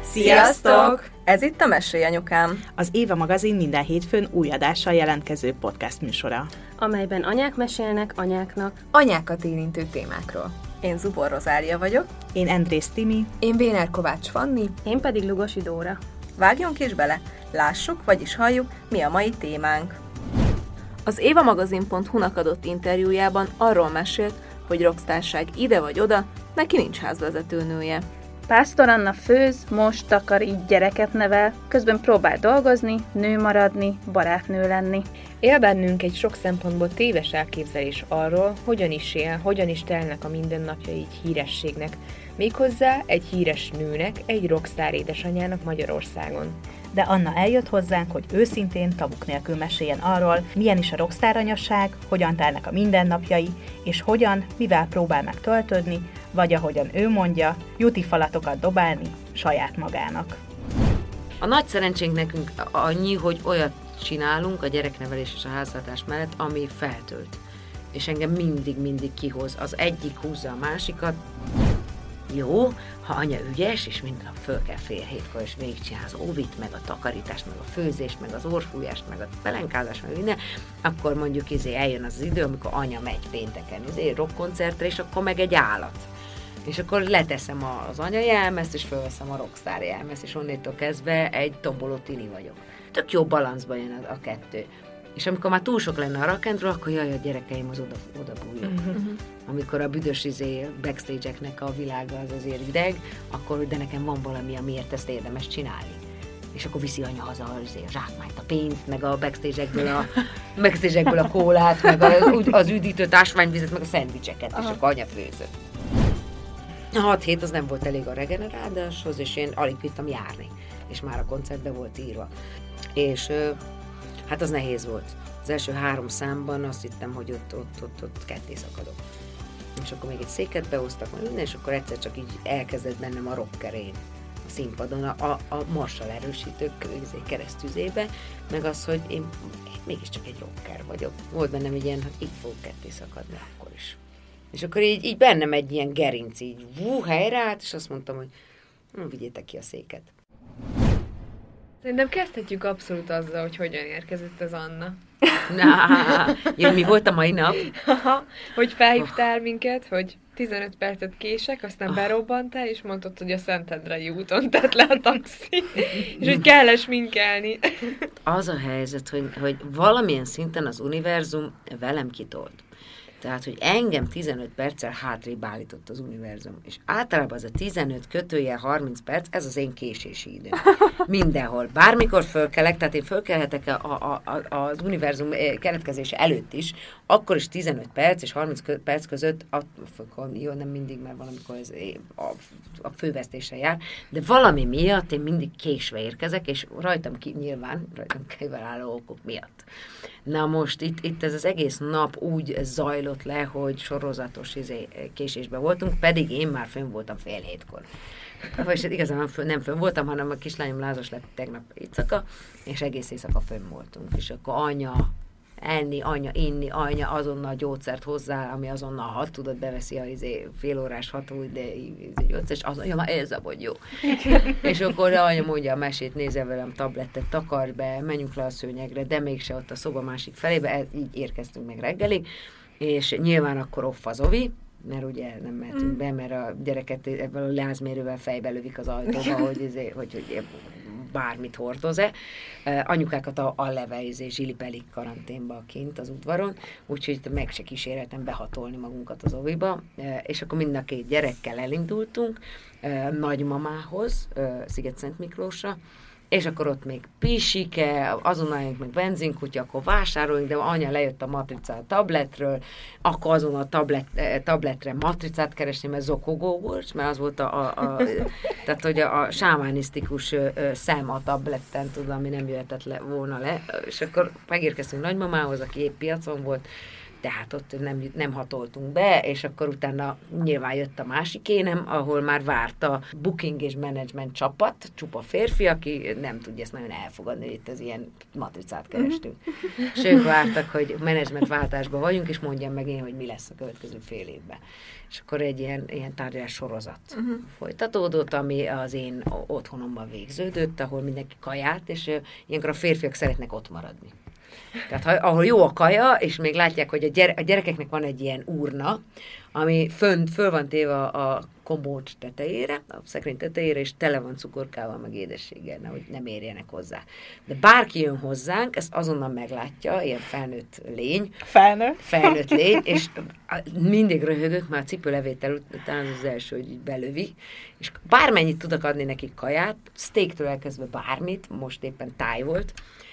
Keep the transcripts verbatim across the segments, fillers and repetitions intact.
Sziasztok! Ez itt a Mesélj Anyukám, az Éva magazin minden hétfőn új adással jelentkező podcast műsora, amelyben anyák mesélnek anyáknak anyákat érintő témákról. Én Zubor Rozália vagyok. Én Endrész Timi. Én Béner Kovács Fanni. Én pedig Lugosi Dóra. Vágjunk is bele, lássuk, vagyis halljuk, mi a mai témánk. Az évamagazin pont hu-nak adott interjújában arról mesélt, hogy rockstárság ide vagy oda, neki nincs házvezetőnője. Pásztor Anna főz, most takarít, gyereket nevel, közben próbál dolgozni, nő maradni, barátnő lenni. Él bennünk egy sok szempontból téves elképzelés arról, hogyan is él, hogyan is telnek a mindennapjai egy hírességnek, méghozzá egy híres nőnek, egy rockstar édesanyjának Magyarországon. De Anna eljött hozzánk, hogy őszintén, tabuk nélkül meséljen arról, milyen is a rockstar anyasság, hogyan telnek a mindennapjai, és hogyan, mivel próbál meg töltődni, vagy ahogyan ő mondja, juti falatokat dobálni saját magának. A nagy szerencsénk nekünk annyi, hogy olyat csinálunk a gyereknevelés és a háztartás mellett, ami feltölt. És engem mindig-mindig kihoz. Az egyik húzza a másikat. Jó, ha anya ügyes, és minden nap föl kell fél hétkor, és végigcsinál az óvit, meg a takarítást, meg a főzést, meg az orrfújást, meg a pelenkázást, meg minden, akkor mondjuk izé eljön az, az idő, amikor anya megy pénteken izé rockkoncertre, és akkor meg egy állat. És akkor leteszem az anya jelmezt, és fölveszem a rockstar jelmezt, és onnétől kezdve egy tomboló tini vagyok. Tök jó balanszba jön a, a kettő. És amikor már túl sok lenne a rock'n'roll, akkor jaj, a gyerekeim az oda, oda bújnak. Uh-huh. Amikor a büdös izé, backstage-eknek a világa az azért ideg, akkor de nekem van valami, amiért ezt érdemes csinálni. És akkor viszi anya haza azért a zsákmányt, a pénzt, meg a backstage-ekből a, backstage-ekből a kólát, meg a, az üdítőt, ásványvizet, meg a szendvicseket, és akkor anya főzött. A hat hét az nem volt elég a regeneráláshoz, és én alig tudtam járni. És már a koncertbe volt írva. És hát az nehéz volt. Az első három számban azt hittem, hogy ott, ott, ott, ott ketté szakadok. És akkor még egy széket behoztak, majd minden, és akkor egyszer csak így elkezdett bennem a rockerén a színpadon, a, a, a Marshall erősítők keresztüzébe, meg az, hogy én, én mégiscsak egy rocker vagyok. Volt bennem egy ilyen, hát így fogok ketté szakadni akkor is. És akkor így, így bennem egy ilyen gerinc, így vú, helyreállt, és azt mondtam, hogy hm, vigyétek ki a széket. Szerintem kezdhetjük abszolút azzal, hogy hogyan érkezett az Anna. Na, jó, mi volt a mai nap? Hogy felhívtál minket, hogy tizenöt percet kések, aztán berobbantál, és mondtad, hogy a Szentendrei úton tett le a taxi, és hogy kell sminkelni. Az a helyzet, hogy, hogy valamilyen szinten az univerzum velem kitolt. Tehát, hogy engem tizenöt perccel hátrébb állított az univerzum. És általában az a tizenöt kötőjel harminc perc, ez az én késési időm. Mindenhol. Bármikor fölkelek, tehát én fölkelhetek a, a, a, az univerzum keletkezése előtt is, akkor is tizenöt perc és harminc perc között, a, jó, nem mindig, mert valamikor ez a, a fővesztésre jár, de valami miatt én mindig késve érkezek, és rajtam ki, nyilván, rajtam kívülálló okok miatt. Na most itt, itt ez az egész nap úgy zajlott le, hogy sorozatos izé, késésben voltunk, pedig én már fönn voltam fél hétkor. Vagyis igazán nem fönn voltam, hanem a kislányom lázas lett tegnap éjszaka, és egész éjszaka fönn voltunk. És akkor anya enni, anya inni, anya azonnal gyógyszert hozzá, ami azonnal hat tudod, beveszi a izé, fél órás ható idei gyógyszert, és az anya már ez a vagy jó. És akkor anya mondja a mesét, nézze velem, tablettet takar be, menjünk le a szőnyegre, de mégse ott a szoba másik felébe, így érkeztünk meg reggelig, és nyilván akkor off az ovi, mert ugye nem mehetünk be, mert a gyereket ebből a lázmérővel fejbe lövik az ajtóba, hogy, izé, hogy, hogy bármit hordoz-e. Anyukákat a, a leve és zsilipelik karanténba kint az udvaron, úgyhogy meg se kíséreltem behatolni magunkat az oviba, és akkor mind a két gyerekkel elindultunk nagymamához, Sziget-Szent Miklósra, és akkor ott még pisike, azonnal meg benzinkutya, akkor vásároljunk, de anya lejött a matrica a tabletről, akkor azon a tablet, tabletre matricát keresni, mert zokogó volt, mert az volt a, a, a tehát hogy a, a sámánisztikus szem a tabletten, tudom, ami nem jöhetett le, volna le, és akkor megérkeztünk nagymamához, aki épp piacon volt, tehát ott nem, nem hatoltunk be, és akkor utána nyilván jött a másik énem, ahol már várt a booking és management csapat, csupa férfi, aki nem tudja ezt nagyon elfogadni, hogy itt az ilyen matricát kerestünk. És ők vártak, hogy menedzsment váltásban vagyunk, és mondjam meg én, hogy mi lesz a következő fél évben. És akkor egy ilyen, ilyen tárgyalás sorozat uh-huh. folytatódott, ami az én otthonomban végződött, ahol mindenki kajált, és ilyenkor a férfiak szeretnek ott maradni. Tehát ha, ahol jó a kaja, és még látják, hogy a, gyere, a gyerekeknek van egy ilyen urna, ami fönt, föl van téve a, a komód tetejére, a szekrény tetejére, és tele van cukorkával, meg édességgel, hogy nem érjenek hozzá. De bárki jön hozzánk, ezt azonnal meglátja, ilyen felnőtt lény. Felnőtt? Felnőtt lény, és mindig röhögök, mert a cipőlevétel után az, az első, hogy így belövi, és bármennyit tudok adni nekik kaját, steaktől elkezdve bármit, most éppen táj volt,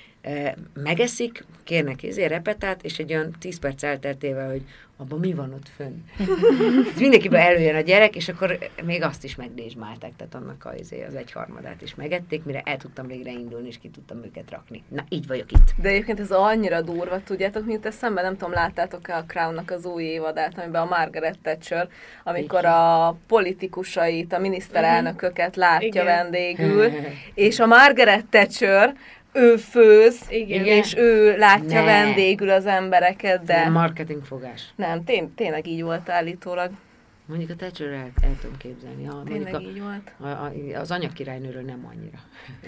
megeszik, kérnek ezért repetát, és egy olyan tíz perc elteltével, hogy abban mi van ott fönn. Mindenkiben előjön a gyerek, és akkor még azt is megdésmálták, tehát annak az, az egyharmadát is megették, mire el tudtam végre indulni, és ki tudtam őket rakni. Na, így vagyok itt. De egyébként ez annyira durva, tudjátok, mint eszembe, nem tudom, láttátok-e a Crown-nak az új évadát, amiben a Margaret Thatcher, amikor igen. a politikusait, a miniszterelnököket látja igen. vendégül, és a Margaret Thatcher ő főz, igen. és ő látja ne. vendégül az embereket, de... Nem marketingfogás. Nem, tény, tényleg így volt állítólag. Mondjuk a Thatcher el, el tudom képzelni. A, tényleg a, így volt. A, a, az anyakirálynőről nem annyira.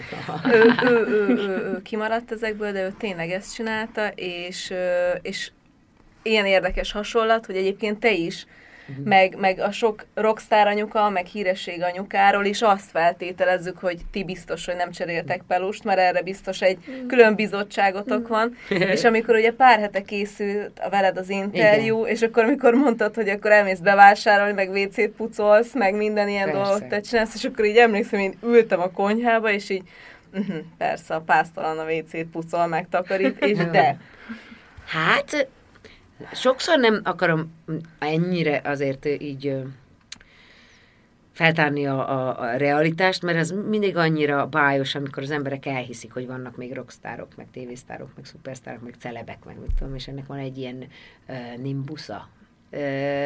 ő, ő, ő, ő, ő kimaradt ezekből, de ő tényleg ezt csinálta, és, és ilyen érdekes hasonlat, hogy egyébként te is Uh-huh. Meg, meg a sok rockstar anyuka, meg híresség anyukáról is azt feltételezzük, hogy ti biztos, hogy nem cseréltek pelust, mert erre biztos egy külön bizottságotok van. És amikor ugye pár hete készült a veled az interjú, igen. és akkor amikor mondtad, hogy akkor elmész bevásárolni, meg vécét pucolsz, meg minden ilyen persze. dolgot te csinálsz, és akkor így emlékszem, én ültem a konyhába, és így uh-huh, persze, a pásztalan a vécét pucol, meg takarít, és de... Hát... Sokszor nem akarom ennyire azért így feltárni a, a, a realitást, mert ez mindig annyira bájos, amikor az emberek elhiszik, hogy vannak még rockstárok, meg tévésztárok, meg szupersztárok, meg celebek, meg mit tudom, és ennek van egy ilyen uh, nimbusza. Uh,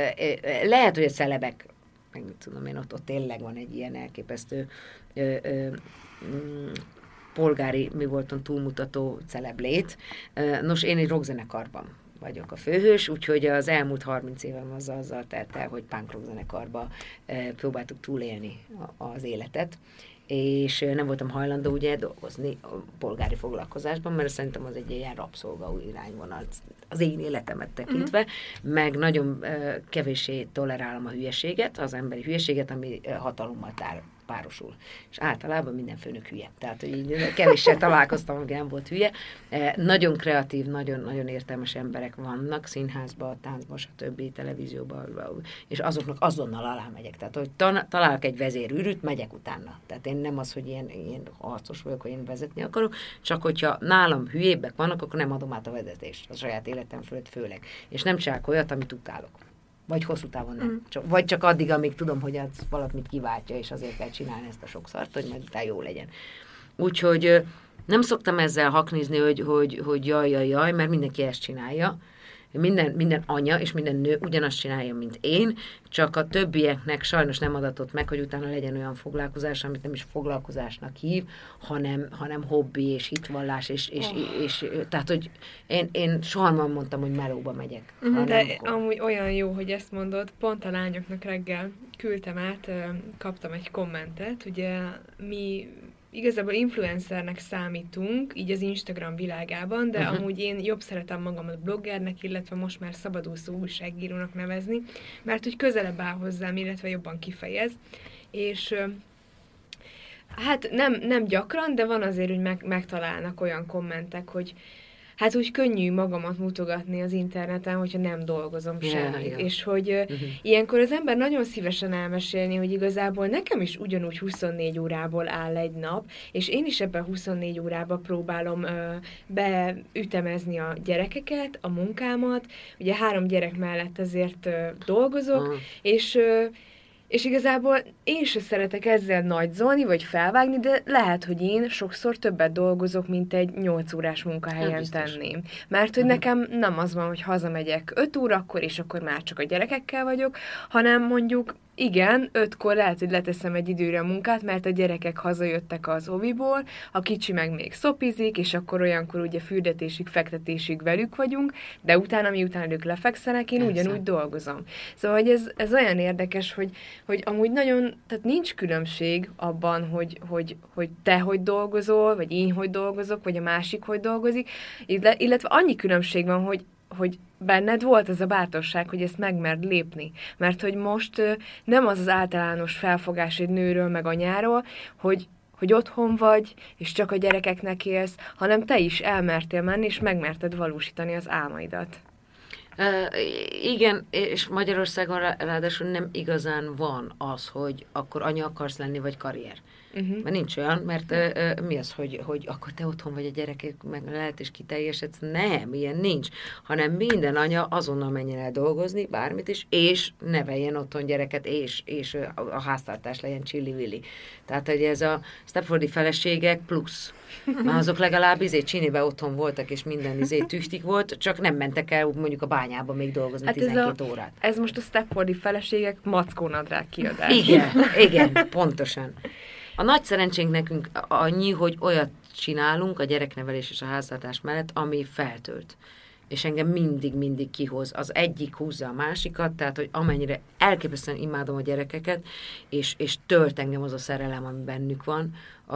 lehet, hogy a celebek, meg mit tudom én, ott, ott tényleg van egy ilyen elképesztő uh, uh, um, polgári, mi volton túlmutató celeblét. Uh, nos, én egy rockzenekarban vagyok a főhős, úgyhogy az elmúlt harminc évem azzal, azzal telt el, hogy punk rock zenekarba e, próbáltuk túlélni a, az életet, és nem voltam hajlandó ugye dolgozni a polgári foglalkozásban, mert szerintem az egy ilyen rabszolga irányvonal az én életemet tekintve, mm-hmm. meg nagyon e, kevéssé tolerálom a hülyeséget, az emberi hülyeséget, ami e, hatalommal tár, párosul. És általában minden főnök hülye. Tehát, hogy így kevéssel találkoztam, aki nem volt hülye. E, nagyon kreatív, nagyon, nagyon értelmes emberek vannak színházban, táncban, stb. Televízióban, és azoknak azonnal alá megyek. Tehát, hogy tan- találok egy vezérűrűt, megyek utána. Tehát én nem az, hogy ilyen, ilyen harcos vagyok, hogy én vezetni akarok, csak hogyha nálam hülyébbek vannak, akkor nem adom át a vezetést a saját életem fölött főleg. És nem csinálok olyat, amit utálok. Vagy hosszú távon nem. Mm. Csak, vagy csak addig, amíg tudom, hogy az valamit kiváltja, és azért kell csinálni ezt a sok szart, hogy majd utána jó legyen. Úgyhogy nem szoktam ezzel haknizni, hogy, hogy, hogy jaj, jaj, jaj, mert mindenki ezt csinálja. Minden, minden anya és minden nő ugyanazt csinálja, mint én, csak a többieknek sajnos nem adatott meg, hogy utána legyen olyan foglalkozás, amit nem is foglalkozásnak hív, hanem, hanem hobbi és hitvallás, és, és, oh. és, és tehát, hogy én, én soha nem mondtam, hogy melóba megyek. Uh-huh. De akkor. Amúgy olyan jó, hogy ezt mondod, pont a lányoknak reggel küldtem át, kaptam egy kommentet, ugye mi igazából influencernek számítunk, így az Instagram világában, de uh-huh. amúgy én jobb szeretem magamat bloggernek, illetve most már szabadúszó újságírónak nevezni, mert úgy közelebb áll hozzám, illetve jobban kifejez. És hát nem, nem gyakran, de van azért, hogy meg, megtalálnak olyan kommentek, hogy hát úgy könnyű magamat mutogatni az interneten, hogyha nem dolgozom yeah, semmit. Yeah. És hogy uh-huh. ilyenkor az ember nagyon szívesen elmesélni, hogy igazából nekem is ugyanúgy huszonnégy órából áll egy nap, és én is ebben huszonnégy órába próbálom uh, beütemezni a gyerekeket, a munkámat. Ugye három gyerek mellett azért uh, dolgozok, uh-huh. és... Uh, És igazából én se szeretek ezzel nagyzolni, vagy felvágni, de lehet, hogy én sokszor többet dolgozok, mint egy nyolc órás munkahelyen tenném. Mert hogy uh-huh. nekem nem az van, hogy hazamegyek öt órakor, és akkor már csak a gyerekekkel vagyok, hanem mondjuk igen, ötkor lehet, hogy leteszem egy időre a munkát, mert a gyerekek hazajöttek az oviból, a kicsi meg még szopizik, és akkor olyankor ugye fürdetésig, fektetésig velük vagyunk, de utána, miután ők lefekszenek, én Persze. ugyanúgy dolgozom. Szóval, hogy ez, ez olyan érdekes, hogy, hogy amúgy nagyon, tehát nincs különbség abban, hogy, hogy, hogy te hogy dolgozol, vagy én hogy dolgozok, vagy a másik hogy dolgozik, illetve annyi különbség van, hogy hogy benned volt az a bátorság, hogy ezt megmerd lépni. Mert hogy most nem az az általános felfogás egy nőről meg anyáról, hogy, hogy otthon vagy, és csak a gyerekeknek élsz, hanem te is elmertél menni, és megmerted valósítani az álmaidat. Uh, igen, és Magyarországon ráadásul nem igazán van az, hogy akkor anya akarsz lenni, vagy karrier. Uh-huh. Mert nincs olyan, mert uh, uh, mi az, hogy, hogy akkor te otthon vagy a gyerekek, meg lehet, és kiteljesedsz. Nem, ilyen nincs. Hanem minden anya azonnal menjen el dolgozni, bármit is, és neveljen otthon gyereket, és, és a, a háztartás legyen csilli-villi. Tehát, hogy ez a Stepfordi feleségek plusz. Már azok legalább izé Csinibe otthon voltak, és minden izé tüchtik volt, csak nem mentek el mondjuk a bányába még dolgozni hát tizenkét ez a, órát. Ez most a Stepfordi feleségek mackónadrág kiadás. Igen, igen, pontosan. A nagy szerencsénk nekünk annyi, hogy olyat csinálunk a gyereknevelés és a háztartás mellett, ami feltölt. És engem mindig-mindig kihoz. Az egyik húzza a másikat, tehát, hogy amennyire elképesztően imádom a gyerekeket, és, és tölt engem az a szerelem, ami bennük van,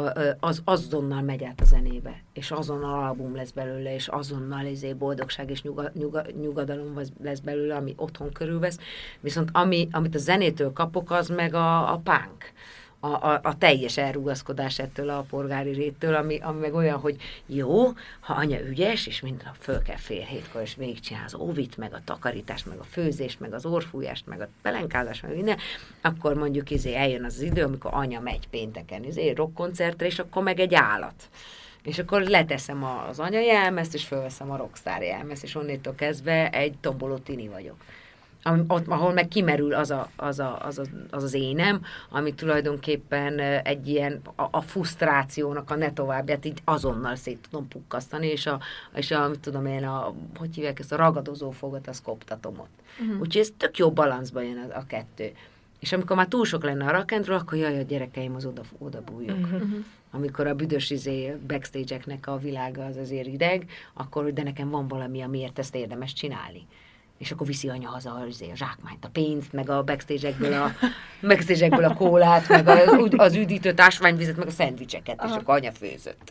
az azonnal megy át a zenébe, és azonnal album lesz belőle, és azonnal izé boldogság és nyuga, nyuga, nyugadalom lesz belőle, ami otthon körülvesz. Viszont ami, amit a zenétől kapok, az meg a, a punk. A, a, a teljes elrugaszkodás ettől a polgári réttől, ami, ami meg olyan, hogy jó, ha anya ügyes, és minden nap föl kell fél hétkor, és végigcsinál az óvit, meg a takarítást, meg a főzést, meg az orrfújást, meg a pelenkázást, meg minden, akkor mondjuk izé eljön az, az idő, amikor anya megy pénteken izé rockkoncertre, és akkor meg egy állat. És akkor leteszem az anya jelmezt, és fölveszem a rockstar jelmezt, és onnétól kezdve egy tomboló tini vagyok. Ott, ahol meg kimerül az, a, az, a, az, a, az az énem, ami tulajdonképpen egy ilyen a, a frusztrációnak a ne továbbját így azonnal szét tudom pukkasztani, és a, és a mit tudom én, a, hogy hívják ezt, a ragadozó fogat, azt koptatom ott. Uh-huh. Úgyhogy ez tök jó balanszba jön a, a kettő. És amikor már túl sok lenne a rock'n'roll, akkor jaj, a gyerekeim az oda, oda bújok. Uh-huh. Amikor a büdös izé, backstage-eknek a világa az azért ideg, akkor de nekem van valami, amiért ezt érdemes csinálni. És akkor viszi anya haza az, a zsákmányt, a pénzt, meg a backstage-ekből a, backstage-ekből a kólát, meg az, az üdítőt ásványvizet, meg a szendvicseket, és akkor anya főzött.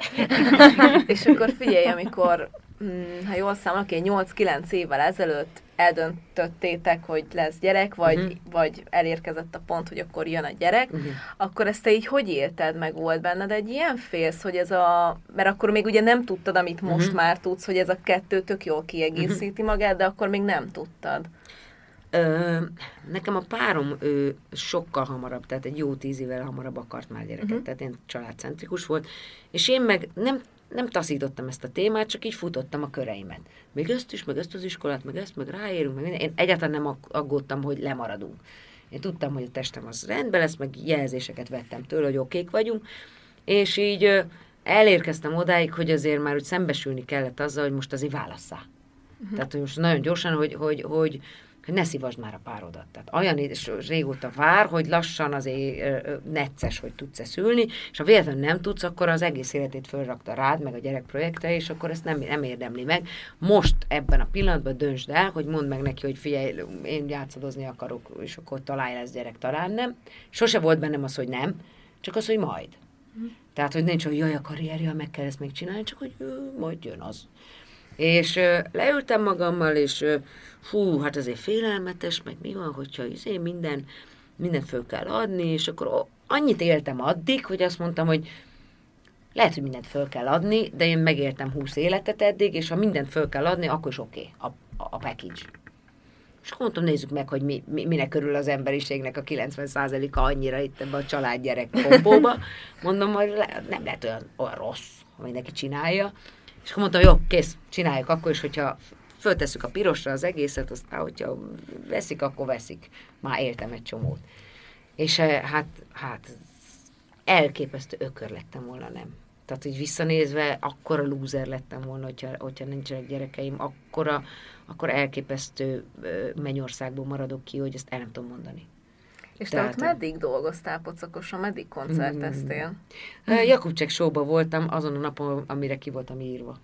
És akkor figyelj, amikor, ha jól számolok, nyolc-kilenc évvel ezelőtt eldöntöttétek, hogy lesz gyerek, vagy, uh-huh. vagy elérkezett a pont, hogy akkor jön a gyerek, uh-huh. akkor ezt te így hogy élted meg? Volt benned egy ilyen félsz, hogy ez a... Mert akkor még ugye nem tudtad, amit most uh-huh. már tudsz, hogy ez a kettő tök jól kiegészíti uh-huh. magát, de akkor még nem tudtad. Ö, nekem a párom ő, sokkal hamarabb, tehát egy jó tíz évvel hamarabb akart már gyereket, uh-huh. tehát én családcentrikus volt, és én meg nem nem taszítottam ezt a témát, csak így futottam a köreimet. Még ezt is, meg ezt az iskolát, meg ezt, meg ráérünk, meg minden. Én egyáltalán nem aggódtam, hogy lemaradunk. Én tudtam, hogy a testem az rendben lesz, meg jelzéseket vettem tőle, hogy okék vagyunk, és így elérkeztem odáig, hogy azért már úgy szembesülni kellett azzal, hogy most azért válasszál. Uh-huh. Tehát, hogy most nagyon gyorsan, hogy, hogy, hogy hogy ne szívasd már a párodat. Tehát olyan régóta vár, hogy lassan azért necces, hogy tudsz-e szülni, és ha véletlenül nem tudsz, akkor az egész életét fölrakta rád, meg a gyerekprojekte, és akkor ezt nem, nem érdemli meg. Most ebben a pillanatban döntsd el, hogy mondd meg neki, hogy figyelj, én játszadozni akarok, és akkor találj lesz gyerek, talán nem. Sose volt bennem az, hogy nem, csak az, hogy majd. Mm. Tehát, hogy nincs, hogy jaj, a karrierje, meg kell ezt még csinálni, csak hogy ő, majd jön az. És uh, leültem magammal, és uh, hú, hát azért félelmetes, meg mi van, hogyha izé minden, mindent föl kell adni, és akkor oh, annyit éltem addig, hogy azt mondtam, hogy lehet, hogy mindent föl kell adni, de én megéltem húsz életet eddig, és ha mindent föl kell adni, akkor is oké, okay, a, a package. És akkor mondtam, nézzük meg, hogy mi, mi, minek körül az emberiségnek a kilencven százaléka annyira itt ebben a családgyerek kombóba. Mondom, hogy le, nem lehet olyan, olyan rossz, ha mindenki csinálja. És akkor mondtam, jó, kész, csináljuk akkor is, hogyha föltesszük a pirosra az egészet, aztán, hogyha veszik, akkor veszik. Már éltem egy csomót. És hát, hát elképesztő ökör lettem volna, nem. Tehát, hogy visszanézve, akkora lúzer lettem volna, hogyha, hogyha nincsenek gyerekeim, akkora, akkor elképesztő mennyországból maradok ki, hogy ezt el nem tudom mondani. És te ott meddig dolgoztál pocakosan, meddig koncerteztél? Mm. Jakubcsek showba voltam azon a napon, amire ki voltam írva.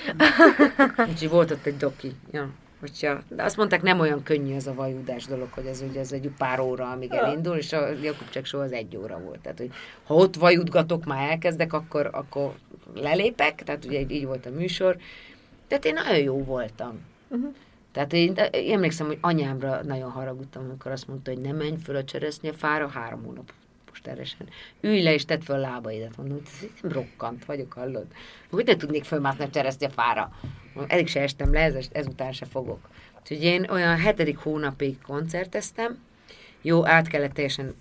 Úgyhogy volt ott egy doki. Ja. Hogyha, de azt mondták, nem olyan könnyű ez a vajudás dolog, hogy ez ugye ez egy pár óra, amíg elindul, és a Jakubcsek show az egy óra volt. Tehát, hogy ha ott vajudgatok, már elkezdek, akkor, akkor lelépek, tehát ugye így volt a műsor. Tehát én nagyon jó voltam. Uh-huh. Tehát én, én emlékszem, hogy anyámra nagyon haragudtam, amikor azt mondta, hogy ne menj föl a cseresznyefára, három hónap most eresen. Ülj le, és tedd föl a lábaidat. Mondom, hogy nem rokkant vagyok, hallod? Hogy ne tudnék fölmászni a cseresznyefára? Eddig se estem le, ez, ezután se fogok. Úgyhogy én olyan hetedik hónapig koncerteztem. Jó, át kellett teljesen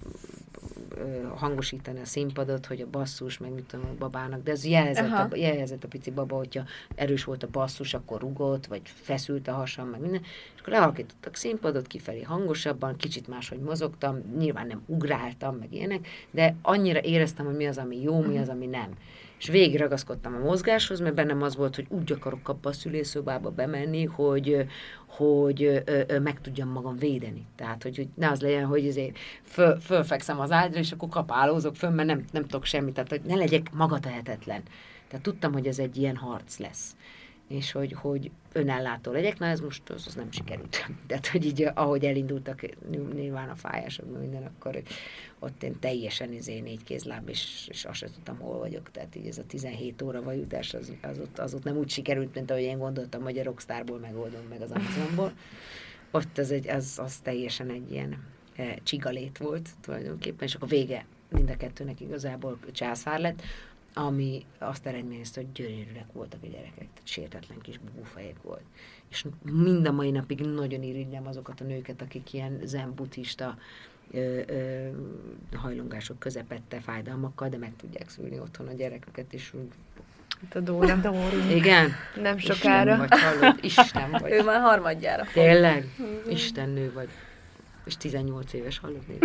hangosítani a színpadot, hogy a basszus, meg mit tudom, a babának, de ez jelzett a, jelzett a pici baba, hogyha erős volt a basszus, akkor rugott, vagy feszült a hasam, meg minden, és akkor lehalkítottak színpadot, kifelé hangosabban, kicsit máshogy mozogtam, nyilván nem ugráltam, meg ilyenek, de annyira éreztem, hogy mi az, ami jó, mi az, ami nem. És végig ragaszkodtam a mozgáshoz, mert bennem az volt, hogy úgy akarok abba a szülőszobába bemenni, hogy, hogy ö, ö, meg tudjam magam védeni. Tehát, hogy, hogy ne az legyen, hogy azért föl, fölfekszem az ágyra, és akkor kapálózok föl, mert nem, nem tudok semmit. Tehát, hogy ne legyek magatehetetlen. Tehát tudtam, hogy ez egy ilyen harc lesz. És hogy, hogy önellátó legyek, na ez most az, az nem sikerült. Tehát, hogy így, ahogy elindultak nyilván a fájások, minden, akkor ott én teljesen izé négy kézláb, és, és azt sem tudtam, hol vagyok. Tehát így ez a tizenhét óra vajudás, az, az, ott, az ott nem úgy sikerült, mint ahogy én gondoltam, hogy a Rockstarból megoldom meg az Amazonból. Ott az, egy, az, az teljesen egy ilyen e, csigalét volt tulajdonképpen, és akkor vége mind a kettőnek igazából császár lett, ami azt eredményezte, hogy gyönyörűek voltak a gyerekek, tehát sértetlen kis búfejek volt. És mind a mai napig nagyon irigylem azokat a nőket, akik ilyen zen-buddhista ö, ö, hajlongások közepette fájdalmakkal, de meg tudják szülni otthon a gyerekeket, és úgy... Hát a Dóra. Dóri. Igen? Nem sokára. Isten vagy, hallod? Isten vagy. Ő már harmadjára. Tényleg? Isten nő vagy. És tizennyolc éves, hallod még?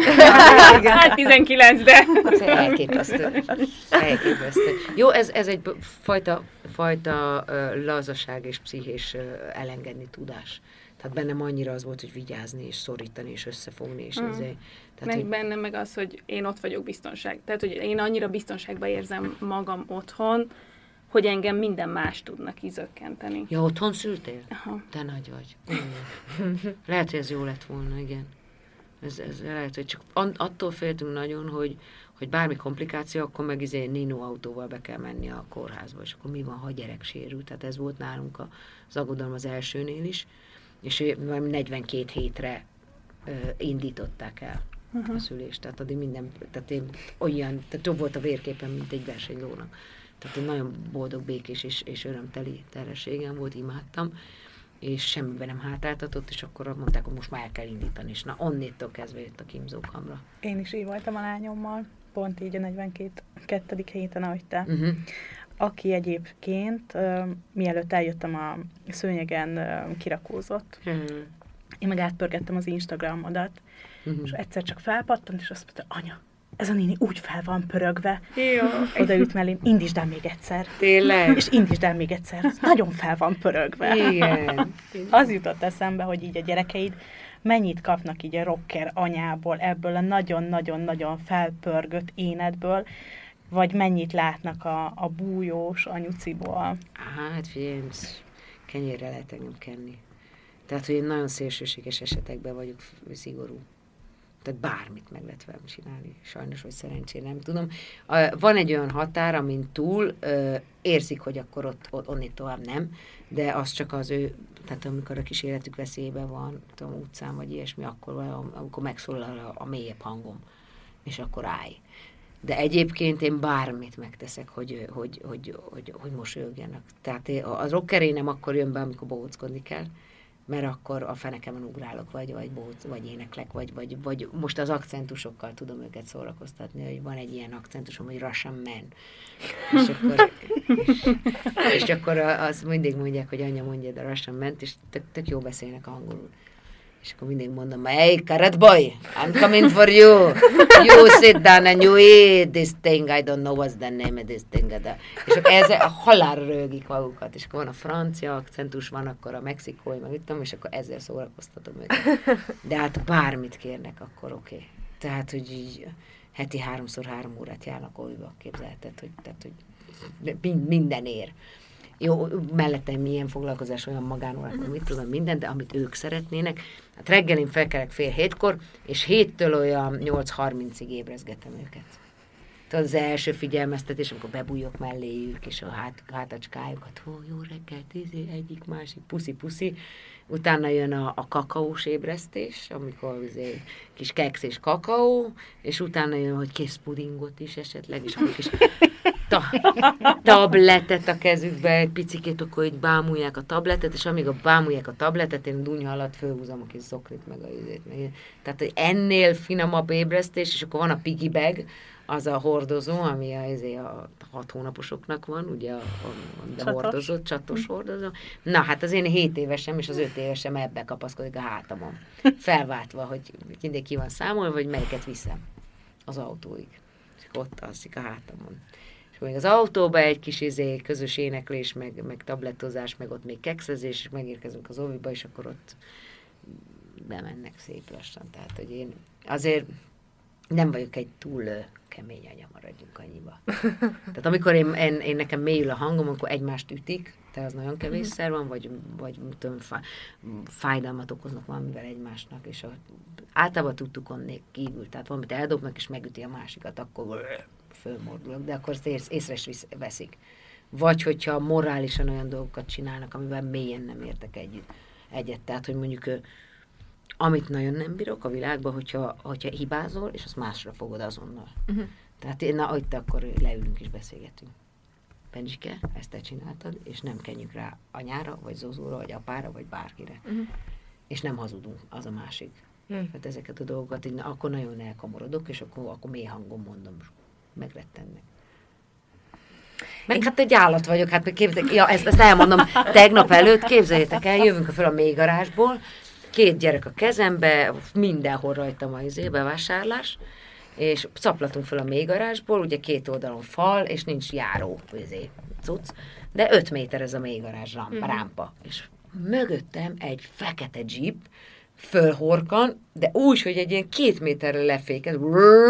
Hát tizenkilenc, de... Elképesztő. Elképesztő. Jó, ez, ez egy fajta, fajta uh, lazaság és pszichés uh, elengedni tudás. Tehát bennem annyira az volt, hogy vigyázni, és szorítani, és összefogni, és mm. ezért... Tehát, meg hogy... bennem meg az, hogy én ott vagyok biztonság. Tehát, hogy én annyira biztonságban érzem magam otthon, hogy engem minden más tudnak kizökkenteni. Ja, otthon szültél? Aha. Te nagy vagy. Lehet, hogy ez jó lett volna, igen. Ez, ez lehet, hogy csak attól féltünk nagyon, hogy, hogy bármi komplikáció, akkor meg izé Nino autóval be kell menni a kórházba, és akkor mi van, ha a gyerek sérül. Tehát ez volt nálunk az aggodalom az elsőnél is, és negyvenkét hétre ö, indították el uh-huh. a szülést. Tehát addig minden, tehát én olyan, tehát több volt a vérképen, mint egy versenylónak. Tehát egy nagyon boldog, békés és, és örömteli terhességem volt, imádtam, és semmiben nem hátráltatott, és akkor mondták, hogy most már el kell indítani, és na, onnéttől kezdve jött a kínzókamra. Én is így voltam a lányommal, pont így a negyvenkettedik héten, ahogy te. Uh-huh. Aki egyébként, uh, mielőtt eljöttem a szőnyegen, uh, kirakózott. Uh-huh. Én meg átpörgettem az Instagramodat, uh-huh. és egyszer csak felpattant, és azt mondta, anya, ez a néni úgy fel van pörögve. Jó. Odaült mellém, indítsd el még egyszer. Tényleg? És indítsd el még egyszer. Nagyon fel van pörögve. Igen. Az jutott eszembe, hogy így a gyerekeid mennyit kapnak így a rocker anyából, ebből a nagyon-nagyon-nagyon felpörgött énedből, vagy mennyit látnak a, a bújós anyuciból. Hát figyelj, kenyérre lehet engem kenni. Tehát, hogy én nagyon szélsőséges esetekben vagyok szigorú. Tehát bármit meg lehet velem csinálni. Sajnos, vagy szerencsére, nem tudom. Van egy olyan határ, amin túl érzik, hogy akkor ott, ott onnét tovább nem, de az csak az ő, tehát amikor a kis életük veszélyben van, tudom, utcán vagy ilyesmi, akkor, akkor megszólal a, a mélyebb hangom, és akkor állj. De egyébként én bármit megteszek, hogy, hogy, hogy, hogy, hogy mosolyogjanak. Tehát az rockerénem akkor jön be, amikor bohóckodni kell, mert akkor a fenekemen ugrálok, vagy, vagy, bóc, vagy éneklek, vagy, vagy, vagy most az akcentusokkal tudom őket szórakoztatni, hogy van egy ilyen akcentusom, hogy Russian man. És akkor, és, és akkor azt mindig mondják, hogy anya, mondjad a Russian man-t, és tök, tök jó beszélnek angolul. És És akkor mindig mondom, hey, carrot boy, I'm coming for you. You sit down and you eat this thing, I don't know what's the name of this thing. És akkor ezzel a halálra rögik magukat. És akkor van a francia akcentus, van akkor a mexikói, meg tudom, és akkor ezzel szórakoztatom őket. De hát bármit kérnek, akkor oké. Okay. Tehát, hogy így heti háromszor három órát járnak olyba, képzelheted, hogy, tehát, hogy minden ér. Jó, mellettem milyen foglalkozás, olyan magánórák, mit tudom, minden, de amit ők szeretnének. Hát reggel én felkelek fél hétkor, és héttől olyan nyolc harmincig ébrezgetem őket. Tudod, az első figyelmeztetés, amikor bebújok melléjük, és a hát, hátacskájukat, hó, jó reggel, tízé, egyik, másik, puszi-puszi. Utána jön a, a kakaós ébresztés, amikor azért kis keksz és kakaó, és utána jön, hogy kész pudingot is esetleg, és akkor kis ta- tabletet a kezükbe, egy picikét, akkor így bámulják a tabletet, és amíg a bámulják a tabletet, én dunya alatt fölhúzom a kis zoknit, meg a izét. Meg. Tehát, hogy ennél finomabb ébresztés, és akkor van a piggy bag, az a hordozó, ami a, a hat hónaposoknak van, ugye a, a, a hordozott, csatos hordozó. Na, hát az én hét évesem és az öt évesem ebbe kapaszkodik a hátamon. Felváltva, hogy mindig ki van számolva, hogy melyiket viszem az autóig. És ott alszik a hátamon. És még az autóba egy kis izé, közös éneklés, meg, meg tablettozás, meg ott még kekszezés, és megérkezünk az oviba, és akkor ott bemennek szép lassan. Tehát, hogy én azért nem vagyok egy túl kemény anya, maradjunk annyiba. Tehát amikor én, én, én nekem mélyül a hangom, akkor egymást ütik, tehát az nagyon kevésszer van, vagy, vagy tudom, fájdalmat okoznak valamivel egymásnak, és a, általában tudtukon kívül, tehát valamit eldobnak, és megüti a másikat, akkor fölmordulok, de akkor ezt ész, észre is veszik. Vagy hogyha morálisan olyan dolgokat csinálnak, amivel mélyen nem értek együtt, egyet. Tehát, hogy mondjuk amit nagyon nem bírok a világban, hogyha, hogyha hibázol, és azt másra fogod azonnal. Uh-huh. Tehát én, na, itt akkor leülünk és beszélgetünk. Bencsike, ezt te csináltad, és nem kenjük rá anyára, vagy Zozóra, vagy apára, vagy bárkire. Uh-huh. És nem hazudunk, az a másik. Uh-huh. Hát ezeket a dolgokat, így, na, akkor nagyon elkamorodok, és akkor, akkor mély hangon mondom, megrettennek. Meg hát egy állat vagyok, hát képzeljétek, ja, ezt, ezt elmondom tegnap előtt, képzeljétek el, jövünk fel a mélygarázsból, két gyerek a kezembe, mindenhol rajtam a izé, bevásárlás, és szaplatunk fel a mélygarázsból, ugye két oldalon fal, és nincs járó izé, cucc, de öt méter ez a mélygarázs rámpa, rámpa, és mögöttem egy fekete jeep, fölhorkan, de úgy, hogy egy ilyen két méterre lefékez,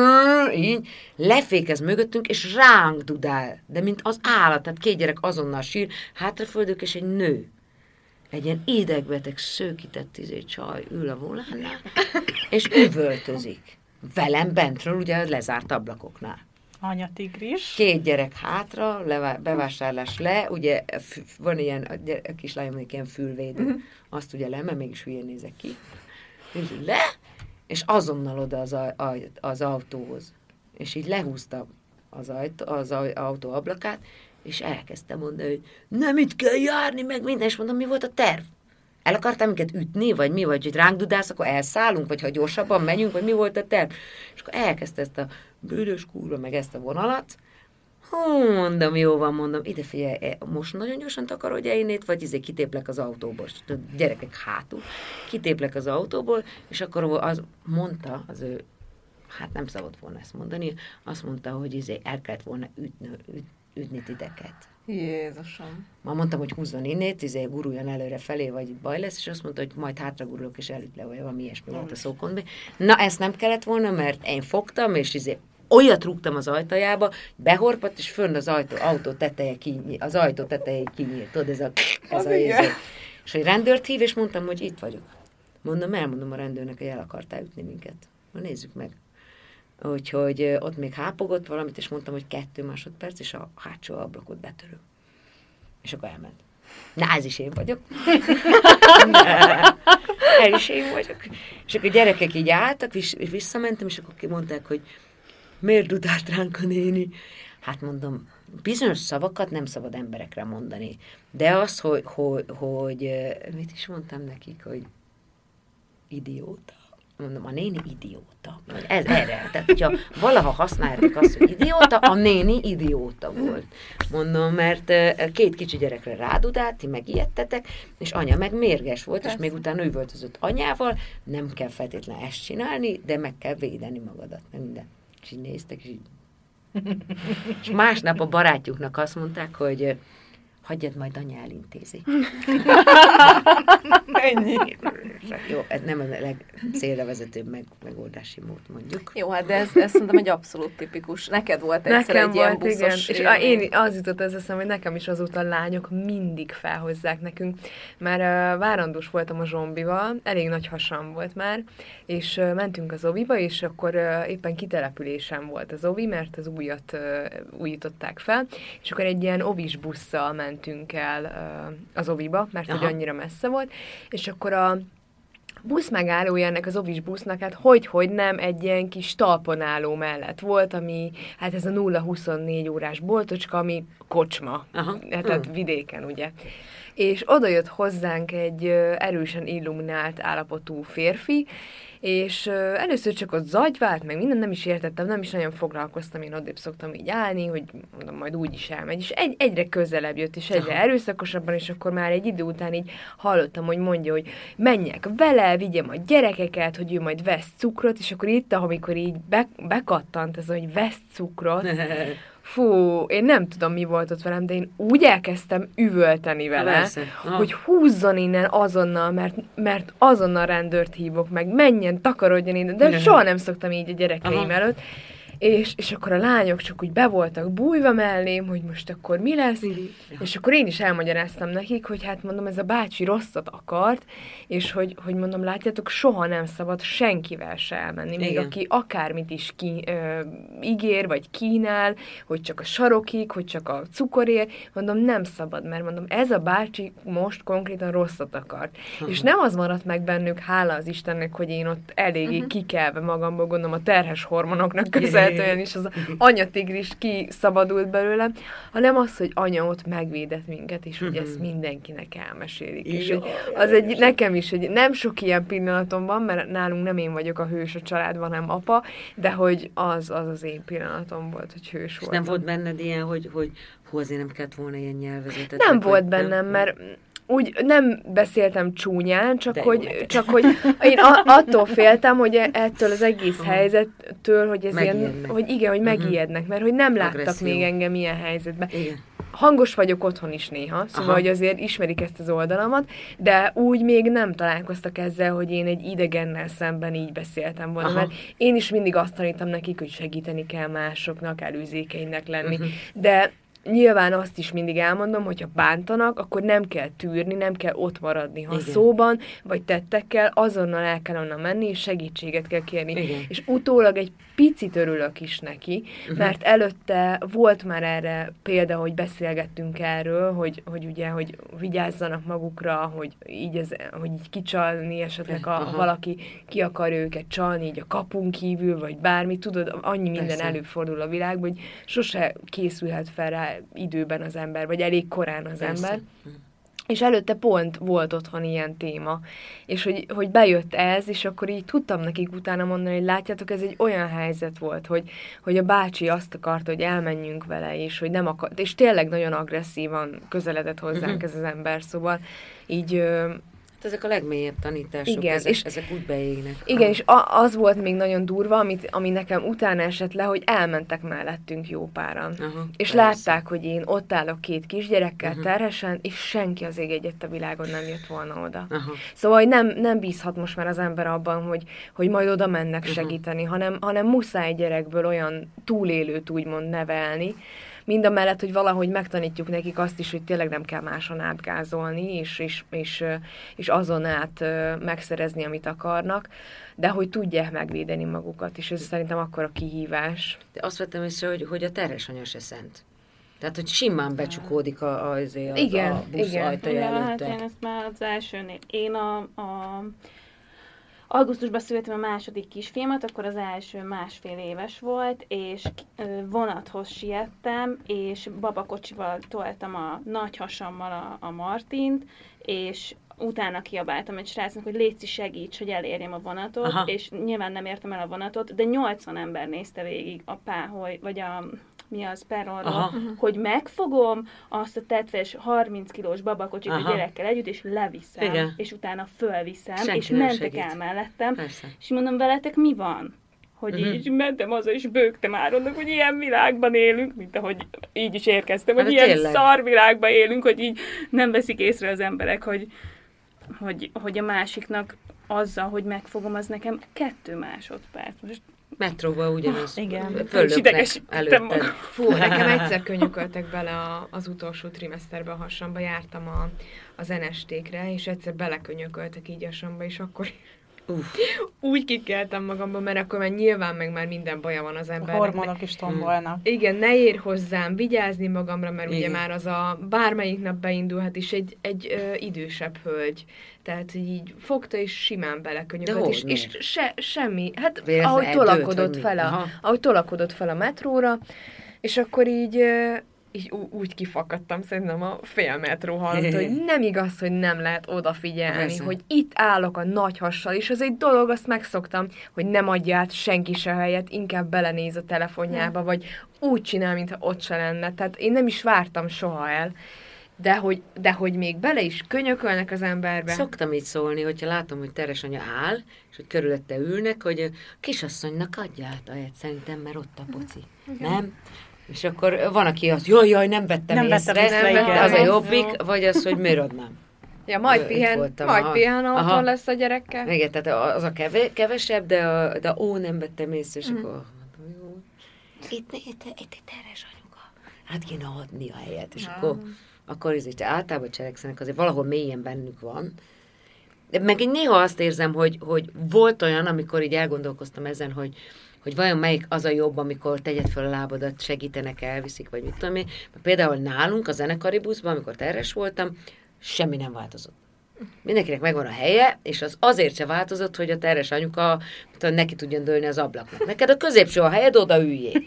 így, lefékez mögöttünk, és ránk dudál, de mint az állat, tehát két gyerek azonnal sír, hátraföldök, és egy nő. Egy ilyen idegbeteg, szőkített izé csaj ül a volánnál, és üvöltözik. Velem bentről, ugye lezárt ablakoknál. Anyatigris. Két gyerek hátra, levá- bevásárlás le, ugye f- van ilyen, a, gyere, a kislányomnak ilyen fülvédő, uh-huh. azt ugye le, mert mégis hülyén nézek ki. És le, és azonnal oda az, a, a, az autóhoz. És így lehúzta az, ajtó, az autó ablakát, és elkezdtem mondani, hogy nem itt kell járni, meg minden, és mondom, mi volt a terv? El akartál minket ütni, vagy mi, vagy hogy ránk dudálsz, akkor elszállunk, vagy ha gyorsabban megyünk, vagy mi volt a terv? És akkor elkezdte ezt a bődös kurva, meg ezt a vonalat. Hú, mondom, jó van, mondom, ide figyelj, most nagyon gyorsan takarodj innét, vagy izé kitéplek az autóból, gyerekek hátul, kitéplek az autóból, és akkor az mondta, az ő, hát nem szabad volna ezt mondani, azt mondta, hogy izé el kellett volna ütni, üt, ütni titeket. Jézusom. Ma mondtam, hogy húzzon innét, izé guruljon előre felé, vagy itt baj lesz, és azt mondta, hogy majd hátra gurulok, és elüt le, vagy valami ilyesmi volt a szókontban. Na, ezt nem kellett volna, mert én fogtam, és izé olyat rúgtam az ajtajába, behorpadt, és fönn az ajtó, autó teteje kinyílt, az ajtó teteje kinyílt, tudod, ez a, ez a izé. És egy rendőrt hív, és mondtam, hogy itt vagyok. Mondom, elmondom a rendőrnek, hogy el akartál ütni minket. Na, nézzük meg. Úgyhogy ott még hápogott valamit, és mondtam, hogy kettő másodperc, és a hátsó ablakot betöröm. És akkor elment. Na, ez is én vagyok. Ez is én vagyok. És akkor a gyerekek így álltak, és visszamentem, és akkor mondták, hogy miért dudált ránk a néni? Hát mondom, bizonyos szavakat nem szabad emberekre mondani. De az, hogy, hogy, hogy mit is mondtam nekik, hogy idióta. Mondom, a néni idióta. Hogy ez erre. Tehát, hogyha valaha használjátok azt, hogy idióta, a néni idióta volt. Mondom, mert két kicsi gyerekre rádudált, ti megijedtetek, és anya meg mérges volt, Persze. és még utána üvöltözött anyával, nem kell feltétlenül ezt csinálni, de meg kell védeni magadat, meg minden. És így néztek, és így. És másnap a barátjuknak azt mondták, hogy hagyjad, majd anya elintézi. Ennyi. Jó, ez nem a legcélra vezetőbb meg, megoldási mód, mondjuk. Jó, hát de ez, ez szerintem egy abszolút tipikus. Neked volt egyszer nekem egy ilyen volt, buszos igen. És én az jutott ez eszembe, hogy nekem is azóta a lányok mindig felhozzák nekünk. Már uh, várandós voltam a zsombival, elég nagy hasam volt már, és uh, mentünk az oviba, és akkor uh, éppen kitelepülésen volt az ovi, mert az újat uh, újították fel, és akkor egy ilyen ovis busszal mentünk el uh, az oviba, mert hogy annyira messze volt, és akkor a busz megállója ennek az ovis busznak, hát hogy-hogy nem egy ilyen kis talponálló mellett volt, ami, hát ez a nulla huszonnégy órás boltocska, ami kocsma, Aha. tehát hmm. vidéken, ugye. És oda jött hozzánk egy erősen illuminált állapotú férfi, és először csak ott zagyvált, meg minden, nem is értettem, nem is nagyon foglalkoztam, én odébb szoktam így állni, hogy mondom, majd úgy is elmegy, és egy, egyre közelebb jött, és egyre erőszakosabban, és akkor már egy idő után így hallottam, hogy mondja, hogy menjek vele, vigyem a gyerekeket, hogy ő majd vesz cukrot, és akkor itt, amikor így be, bekattant ez, hogy vesz cukrot, fú, én nem tudom, mi volt ott velem, de én úgy elkezdtem üvölteni vele, hogy húzzon innen azonnal, mert, mert azonnal rendőrt hívok meg, menjen, takarodjon innen, de soha nem szoktam így a gyerekeim Aha. előtt. És, és akkor a lányok csak úgy be voltak bújva mellém, hogy most akkor mi lesz, ja. és akkor én is elmagyaráztam nekik, hogy hát mondom, ez a bácsi rosszat akart, és hogy, hogy mondom, látjátok, soha nem szabad senkivel se elmenni, még Igen. aki akármit is ki, ö, ígér, vagy kínál, hogy csak a sarokig, hogy csak a cukorért, mondom, nem szabad, mert mondom, ez a bácsi most konkrétan rosszat akart. Uh-huh. És nem az maradt meg bennük, hála az Istennek, hogy én ott eléggé uh-huh. kikelve magamból, gondolom a terhes hormonoknak közel olyan is az anyatigris kiszabadult belőlem, hanem az, hogy anya ott megvédett minket, és hogy ezt mindenkinek elmesélik. És hogy az egy, nekem is, hogy nem sok ilyen pillanatom van, mert nálunk nem én vagyok a hős a családban, hanem apa, de hogy az az, az én pillanatom volt, hogy hős és voltam. nem volt benned ilyen, hogy, hogy hú, azért nem kellett volna ilyen nyelvezetet? Nem volt bennem, mert úgy nem beszéltem csúnyán, csak hogy, csak hogy én a, attól féltem, hogy ettől az egész helyzettől, hogy ez megijednek. ilyen, hogy igen, hogy megijednek, mert hogy nem láttak Agresszió. még engem ilyen helyzetben. Igen. Hangos vagyok otthon is néha, szóval, Aha. hogy azért ismerik ezt az oldalamat, de úgy még nem találkoztak ezzel, hogy én egy idegennel szemben így beszéltem volna, Aha. mert én is mindig azt tanítom nekik, hogy segíteni kell másoknak, előzékenynek lenni, uh-huh. de nyilván azt is mindig elmondom, hogy ha bántanak, akkor nem kell tűrni, nem kell ott maradni. Ha Igen. szóban vagy tettekkel, azonnal el kell onnan menni, és segítséget kell kérni. Igen. És utólag egy picit örülök is neki, uh-huh. mert előtte volt már erre példa, hogy beszélgettünk erről, hogy, hogy ugye, hogy vigyázzanak magukra, hogy így, ez, hogy így kicsalni esetleg, a, ha valaki ki akar őket csalni, így a kapun kívül, vagy bármi, tudod, annyi minden Persze. előfordul a világban, hogy sose készülhet fel rá időben az ember, vagy elég korán az Persze. ember. És előtte pont volt otthon ilyen téma, és hogy, hogy bejött ez, és akkor így tudtam nekik utána mondani, hogy látjátok, ez egy olyan helyzet volt, hogy, hogy a bácsi azt akarta, hogy elmenjünk vele, és hogy nem akart, és tényleg nagyon agresszívan közeledett hozzánk uh-huh. ez az ember, szóval így... Ezek a legmélyebb tanítások, igen, ezek, és, ezek úgy beégnek. Igen, ah. és a, az volt még nagyon durva, amit, ami nekem utána esett le, hogy elmentek mellettünk jó páran. Aha, és persze. látták, hogy én ott állok két kisgyerekkel uh-huh. terhesen, és senki az ég egyet a világon nem jött volna oda. Aha. Szóval hogy nem, nem bízhat most már az ember abban, hogy, hogy majd oda mennek uh-huh. segíteni, hanem, hanem muszáj gyerekből olyan túlélőt úgymond nevelni, mind a mellett, hogy valahogy megtanítjuk nekik azt is, hogy tényleg nem kell máson átgázolni, és, és, és, és azon át megszerezni, amit akarnak, de hogy tudják megvédeni magukat, és ez szerintem akkor a kihívás. De azt vettem észre, hogy, hogy a terhes anya se szent. Tehát, hogy simán becsukódik a, a, a, igen, a busz igen. ajtaja ja, előtte. Hát én ezt már az elsőnél. Én a... a augusztusban születtem a második kisfiamat, akkor az első másfél éves volt, és vonathoz siettem, és babakocsival toltam a nagy hasammal a, a Martint, és utána kiabáltam egy srácnak, hogy légy segíts, hogy elérjem a vonatot, Aha. és nyilván nem értem el a vonatot, de nyolcvan ember nézte végig a páholy, vagy a mi az perronról, Aha. hogy megfogom azt a tetves harminc kilós babakocsit a gyerekkel együtt, és leviszem, Igen. és utána fölviszem, Senki és nem mentek segít. el mellettem, Persze. és mondom, veletek mi van? Hogy Mhm. így mentem haza, és bőgtem Áronnak, hogy ilyen világban élünk, mint ahogy így is érkeztem, Hát hogy ilyen tényleg. szar világban élünk, hogy így nem veszik észre az emberek, hogy, hogy, hogy a másiknak azzal, hogy megfogom, az nekem kettő másodperc. Most Metróban ugyanaz. Igen. És Fölöknek idegesítettem előtted. magam. Fú, nekem egyszer könyököltek bele a, az utolsó trimeszterben a hasamba, jártam a, az en es té-kre, és egyszer belekönyököltek így a samba, és akkor Uff. úgy kikeltem magamban, mert akkor már nyilván meg már minden baja van az A embernek. hormonok is tombolnak. Igen, ne ér hozzám, vigyázni magamra, mert ugye Igen. már az a bármelyik nap beindulhat is egy, egy ö, idősebb hölgy. Tehát hogy így fogta és simán belekönyökölt, De és, hogy és se, semmi. Hát Véletlen ahogy eldőlt, tolakodott vagy mi? fel, a, Aha. ahogy tolakodott fel a metróra, és akkor így, ö, így ú- úgy kifakadtam, szerintem a fél metró hallott, hogy nem igaz, hogy nem lehet odafigyelni, Persze. hogy itt állok a nagy hassal, és az egy dolog, azt megszoktam, hogy nem adja át senki se helyet, inkább belenéz a telefonjába, vagy úgy csinál, mintha ott se lenne. Tehát én nem is vártam soha el, de hogy, de hogy még bele is könyökölnek az emberbe. Szoktam így szólni, hogyha látom, hogy Teres anya áll, és hogy körülötte ülnek, hogy a kisasszonynak adja át a helyet, szerintem, mert ott a poci. Nem? És akkor van, aki az, jaj, jaj, nem vettem Nem észre, vettem észre, nem igen. vettem, az a Ez jobbik, vagy az, hogy miért adnám. Ja, majd Itt pihen, voltam, majd aha. pihen, Aha. otthon lesz a gyerekkel. Igen, tehát az a keve, kevesebb, de, a, de ó, nem vettem észre, és akkor mondom, jó. Itt, itt, itt, itt egy Teres anyuka. Hát kéne adni a helyet, és akkor, akkor ez így általában cselekszenek, azért valahol mélyen bennük van. De meg én néha azt érzem, hogy, hogy volt olyan, amikor így elgondolkoztam ezen, hogy, hogy vajon melyik az a jobb, amikor tegyed fel a lábadat, segítenek, elviszik, vagy mit tudom én. Például nálunk a zenekari buszban, amikor terhes voltam, semmi nem változott. Mindenkinek megvan a helye, és az azért se változott, hogy a terhes anyuka tudom, neki tudjon dőlni az ablaknak. Neked a középső a helyed, oda üljél.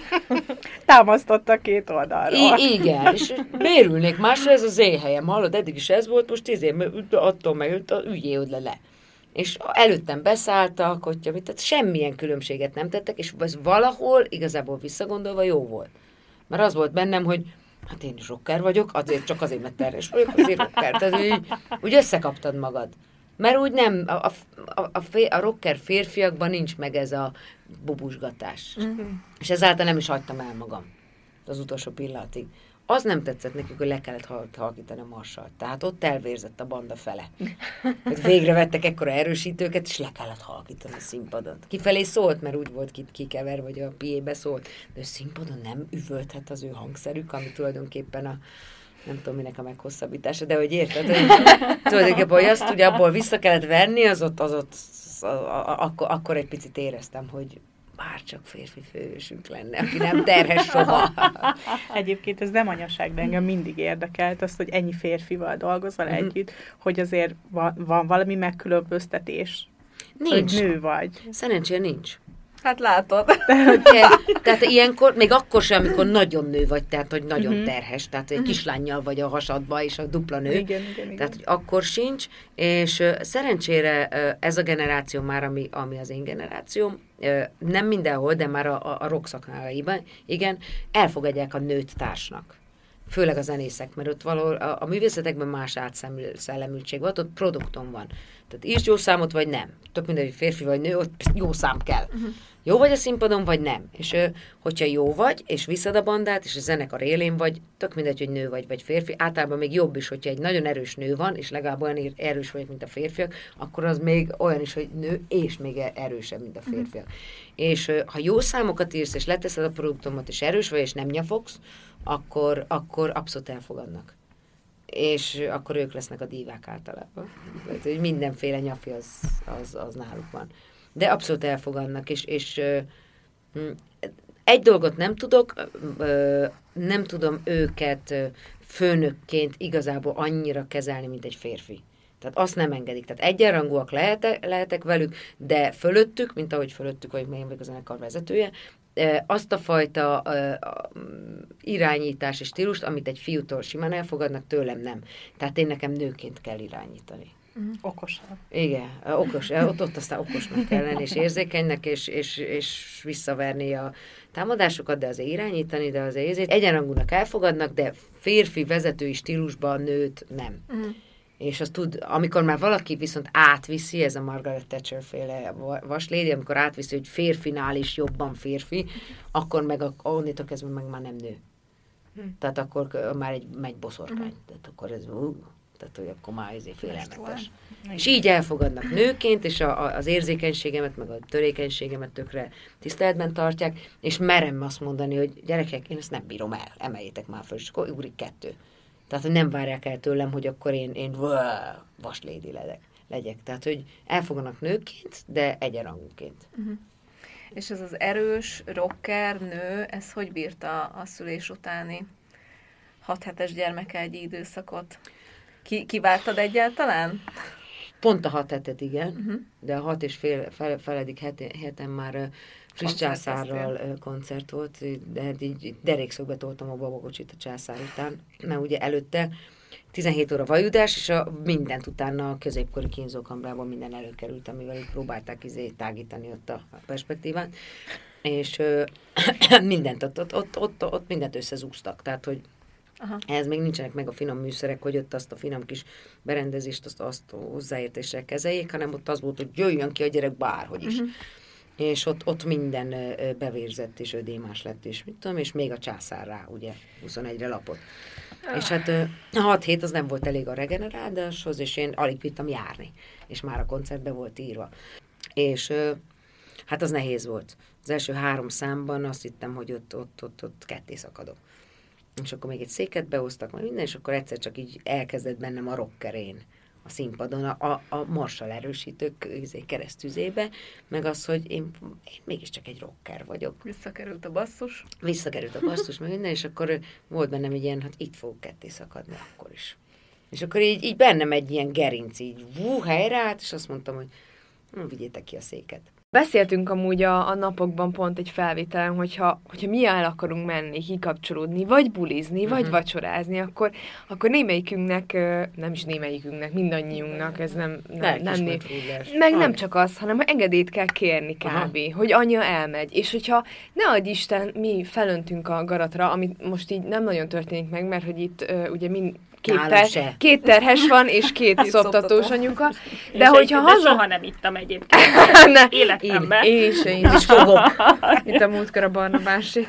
Támasztottak két oldalról. I- igen, és bérülnék másra, ez az én helyem, hallod, eddig is ez volt, most tíz év, attól meg, üljél le le. És előttem beszálltak, hogyha, tehát semmilyen különbséget nem tettek, és ez valahol igazából visszagondolva jó volt. Mert az volt bennem, hogy hát én is rocker vagyok, azért csak azért, mert terhes vagyok, azért rocker. Tehát úgy, úgy összekaptad magad. Mert úgy nem, a, a, a, a, fér, a rocker férfiakban nincs meg ez a bubusgatás. Mm-hmm. És ezáltal nem is hagytam el magam az utolsó pillanatig. Az nem tetszett nekik, hogy le kellett halkítani a marsalt. Tehát ott elvérzett a banda fele. Hogy végre vettek ekkora erősítőket, és le kellett halkítani a színpadon. Kifelé szólt, mert úgy volt ki, kikever, vagy a piébe szólt. De a színpadon nem üvölthet az ő hangszerük, ami tulajdonképpen a nem tudom, minek a meghosszabbítása, de hogy érted, hogy tulajdonképpen, hogy azt ugye abból vissza kellett venni, az ott, az ott az, akkor, akkor egy picit éreztem, hogy bár csak férfi főhősünk lenne, aki nem terhes soha. Egyébként ez nem anyaság, de engem mindig érdekelt azt, hogy ennyi férfival dolgozol mm-hmm. együtt, hogy azért van, van valami megkülönböztetés, Nincs. hogy nő vagy. Szerencsére nincs. Hát látod. De, tehát ilyenkor, még akkor sem, amikor nagyon nő vagy, tehát hogy nagyon Mhm. terhes, tehát egy kislánnyal vagy a hasadba, és a dupla nő. Igen, igen, igen. Tehát, hogy akkor sincs, és ö, szerencsére ö, ez a generáció már, ami, ami az én generációm, ö, nem mindenhol, de már a, a, a rock szakmájában, igen, elfogadják a nőt társnak. Főleg a zenészek, mert ott valahol a, a művészetekben más átszellemültség van, ott produkton van. Tehát írsz jó számot, vagy nem. Tök mindegy, hogy férfi vagy nő, ott jó szám kell. Uh-huh. Jó vagy a színpadon, vagy nem. És ö, hogyha jó vagy, és viszed a bandát, és a zenekar élén vagy, tök mindegy, hogy nő vagy, vagy férfi. Általában még jobb is, hogyha egy nagyon erős nő van, és legalább olyan erős vagy, mint a férfiak, akkor az még olyan is, hogy nő, és még erősebb, mint a férfiak. Uh-huh. És ö, ha jó számokat írsz, és leteszed a produktomat, és erős vagy, és nem nyafogsz, akkor, akkor abszolút elfogadnak. És akkor ők lesznek a dívák általában. Tehát, hogy mindenféle nyafi az, az, az náluk van. De abszolút elfogadnak, és, és ö, egy dolgot nem tudok, ö, nem tudom őket ö, főnökként igazából annyira kezelni, mint egy férfi. Tehát azt nem engedik. Tehát egyenrangúak lehetek, lehetek velük, de fölöttük, mint ahogy fölöttük, hogy én vagyok a zenekar vezetője, azt a fajta uh, irányítás és stílust, amit egy fiútól simán elfogadnak, tőlem nem. Tehát én nekem nőként kell irányítani. Mm. Okosan. Igen, okos, ott, ott aztán okosnak kell lenni, és érzékenynek, és, és, és visszaverni a támadásokat, de azért irányítani, de azért ezért egyenrangúnak elfogadnak, de férfi vezetői stílusban nőt nem. Mm. És azt tud, amikor már valaki viszont átviszi, ez a Margaret Thatcher féle vaslédi, amikor átviszi, hogy férfinál is jobban férfi, akkor meg a, onnitól kezdve meg már nem nő. Hm. Tehát akkor már egy, megy boszorkány. Hm. Tehát akkor ez, uh, tehát hogy akkor már ezért félelmetes. És így elfogadnak nőként, és a, a, az érzékenységemet, meg a törékenységemet tökre tiszteletben tartják, és merem azt mondani, hogy gyerekek, én ezt nem bírom el, emeljétek már föl, és akkor ugrik kettő. Tehát, hogy nem várják el tőlem, hogy akkor én, én vaslédi legyek, legyek. Tehát, hogy elfogadnak nőként, de egyenrangúként. Uh-huh. És ez az erős rocker nő, ez hogy bírta a szülés utáni hat hetes gyermekágyi időszakot? Ki, kiváltad egyáltalán? Pont a hat hetet, igen, uh-huh. de a hat és fél, fel, feledik heten, heten már Friss Császárral koncert volt, de hát így derékszögbe toltam a babakocsit a Császár után, mert ugye előtte tizenhét óra vajudás, és a mindent utána a középkori kínzókamrában minden előkerült, amivel így próbálták izé tágítani ott a perspektívát, és ö, mindent ott, ott, ott, ott, ott mindent összezúztak, tehát hogy aha. ehhez még nincsenek meg a finom műszerek, hogy ott azt a finom kis berendezést, azt, azt hozzáértéssel kezeljék, hanem ott az volt, hogy jöjjön ki a gyerek bárhogy is. Uh-huh. És ott, ott minden bevérzett és ödémás lett, és mit tudom, és még a Császár rá, ugye, huszonegyre lapot. Ah. És hát hat hét az nem volt elég a regeneráláshoz, és én alig tudtam járni, és már a koncertbe volt írva. És hát az nehéz volt. Az első három számban azt hittem, hogy ott, ott, ott, ott ketté szakadok. És akkor még egy széket behoztak, majd minden, és akkor egyszer csak így elkezdett bennem a rockerén a színpadon, a, a, a Marshall erősítők keresztüzébe, meg az, hogy én, én mégiscsak egy rocker vagyok. Visszakerült a basszus. Visszakerült a basszus, meg minden, és akkor volt bennem egy ilyen, hát itt fogok ketté szakadni akkor is. És akkor így, így bennem egy ilyen gerinc, így vú, helyreállt, és azt mondtam, hogy hm, vigyétek ki a széket. Beszéltünk amúgy a, a napokban pont egy felvételen, hogyha, hogyha mi el akarunk menni, kikapcsolódni, vagy bulizni, uh-huh. vagy vacsorázni, akkor, akkor némelyikünknek, nem is némelyikünknek, mindannyiunknak, ez nem, nem, nem né... meg nem csak az, hanem engedélyt kell kérni kb., uh-huh. hogy anya elmegy. És hogyha ne adj Isten, mi felöntünk a garatra, amit most így nem nagyon történik meg, mert hogy itt uh, ugye mind Két, ter, két terhes van, és két szoptatós anyuka. De és hogyha egy, haza... De soha nem ittam egyébként életemben. Én, én se, én is fogok. Itt a múltkor a Barnabásék.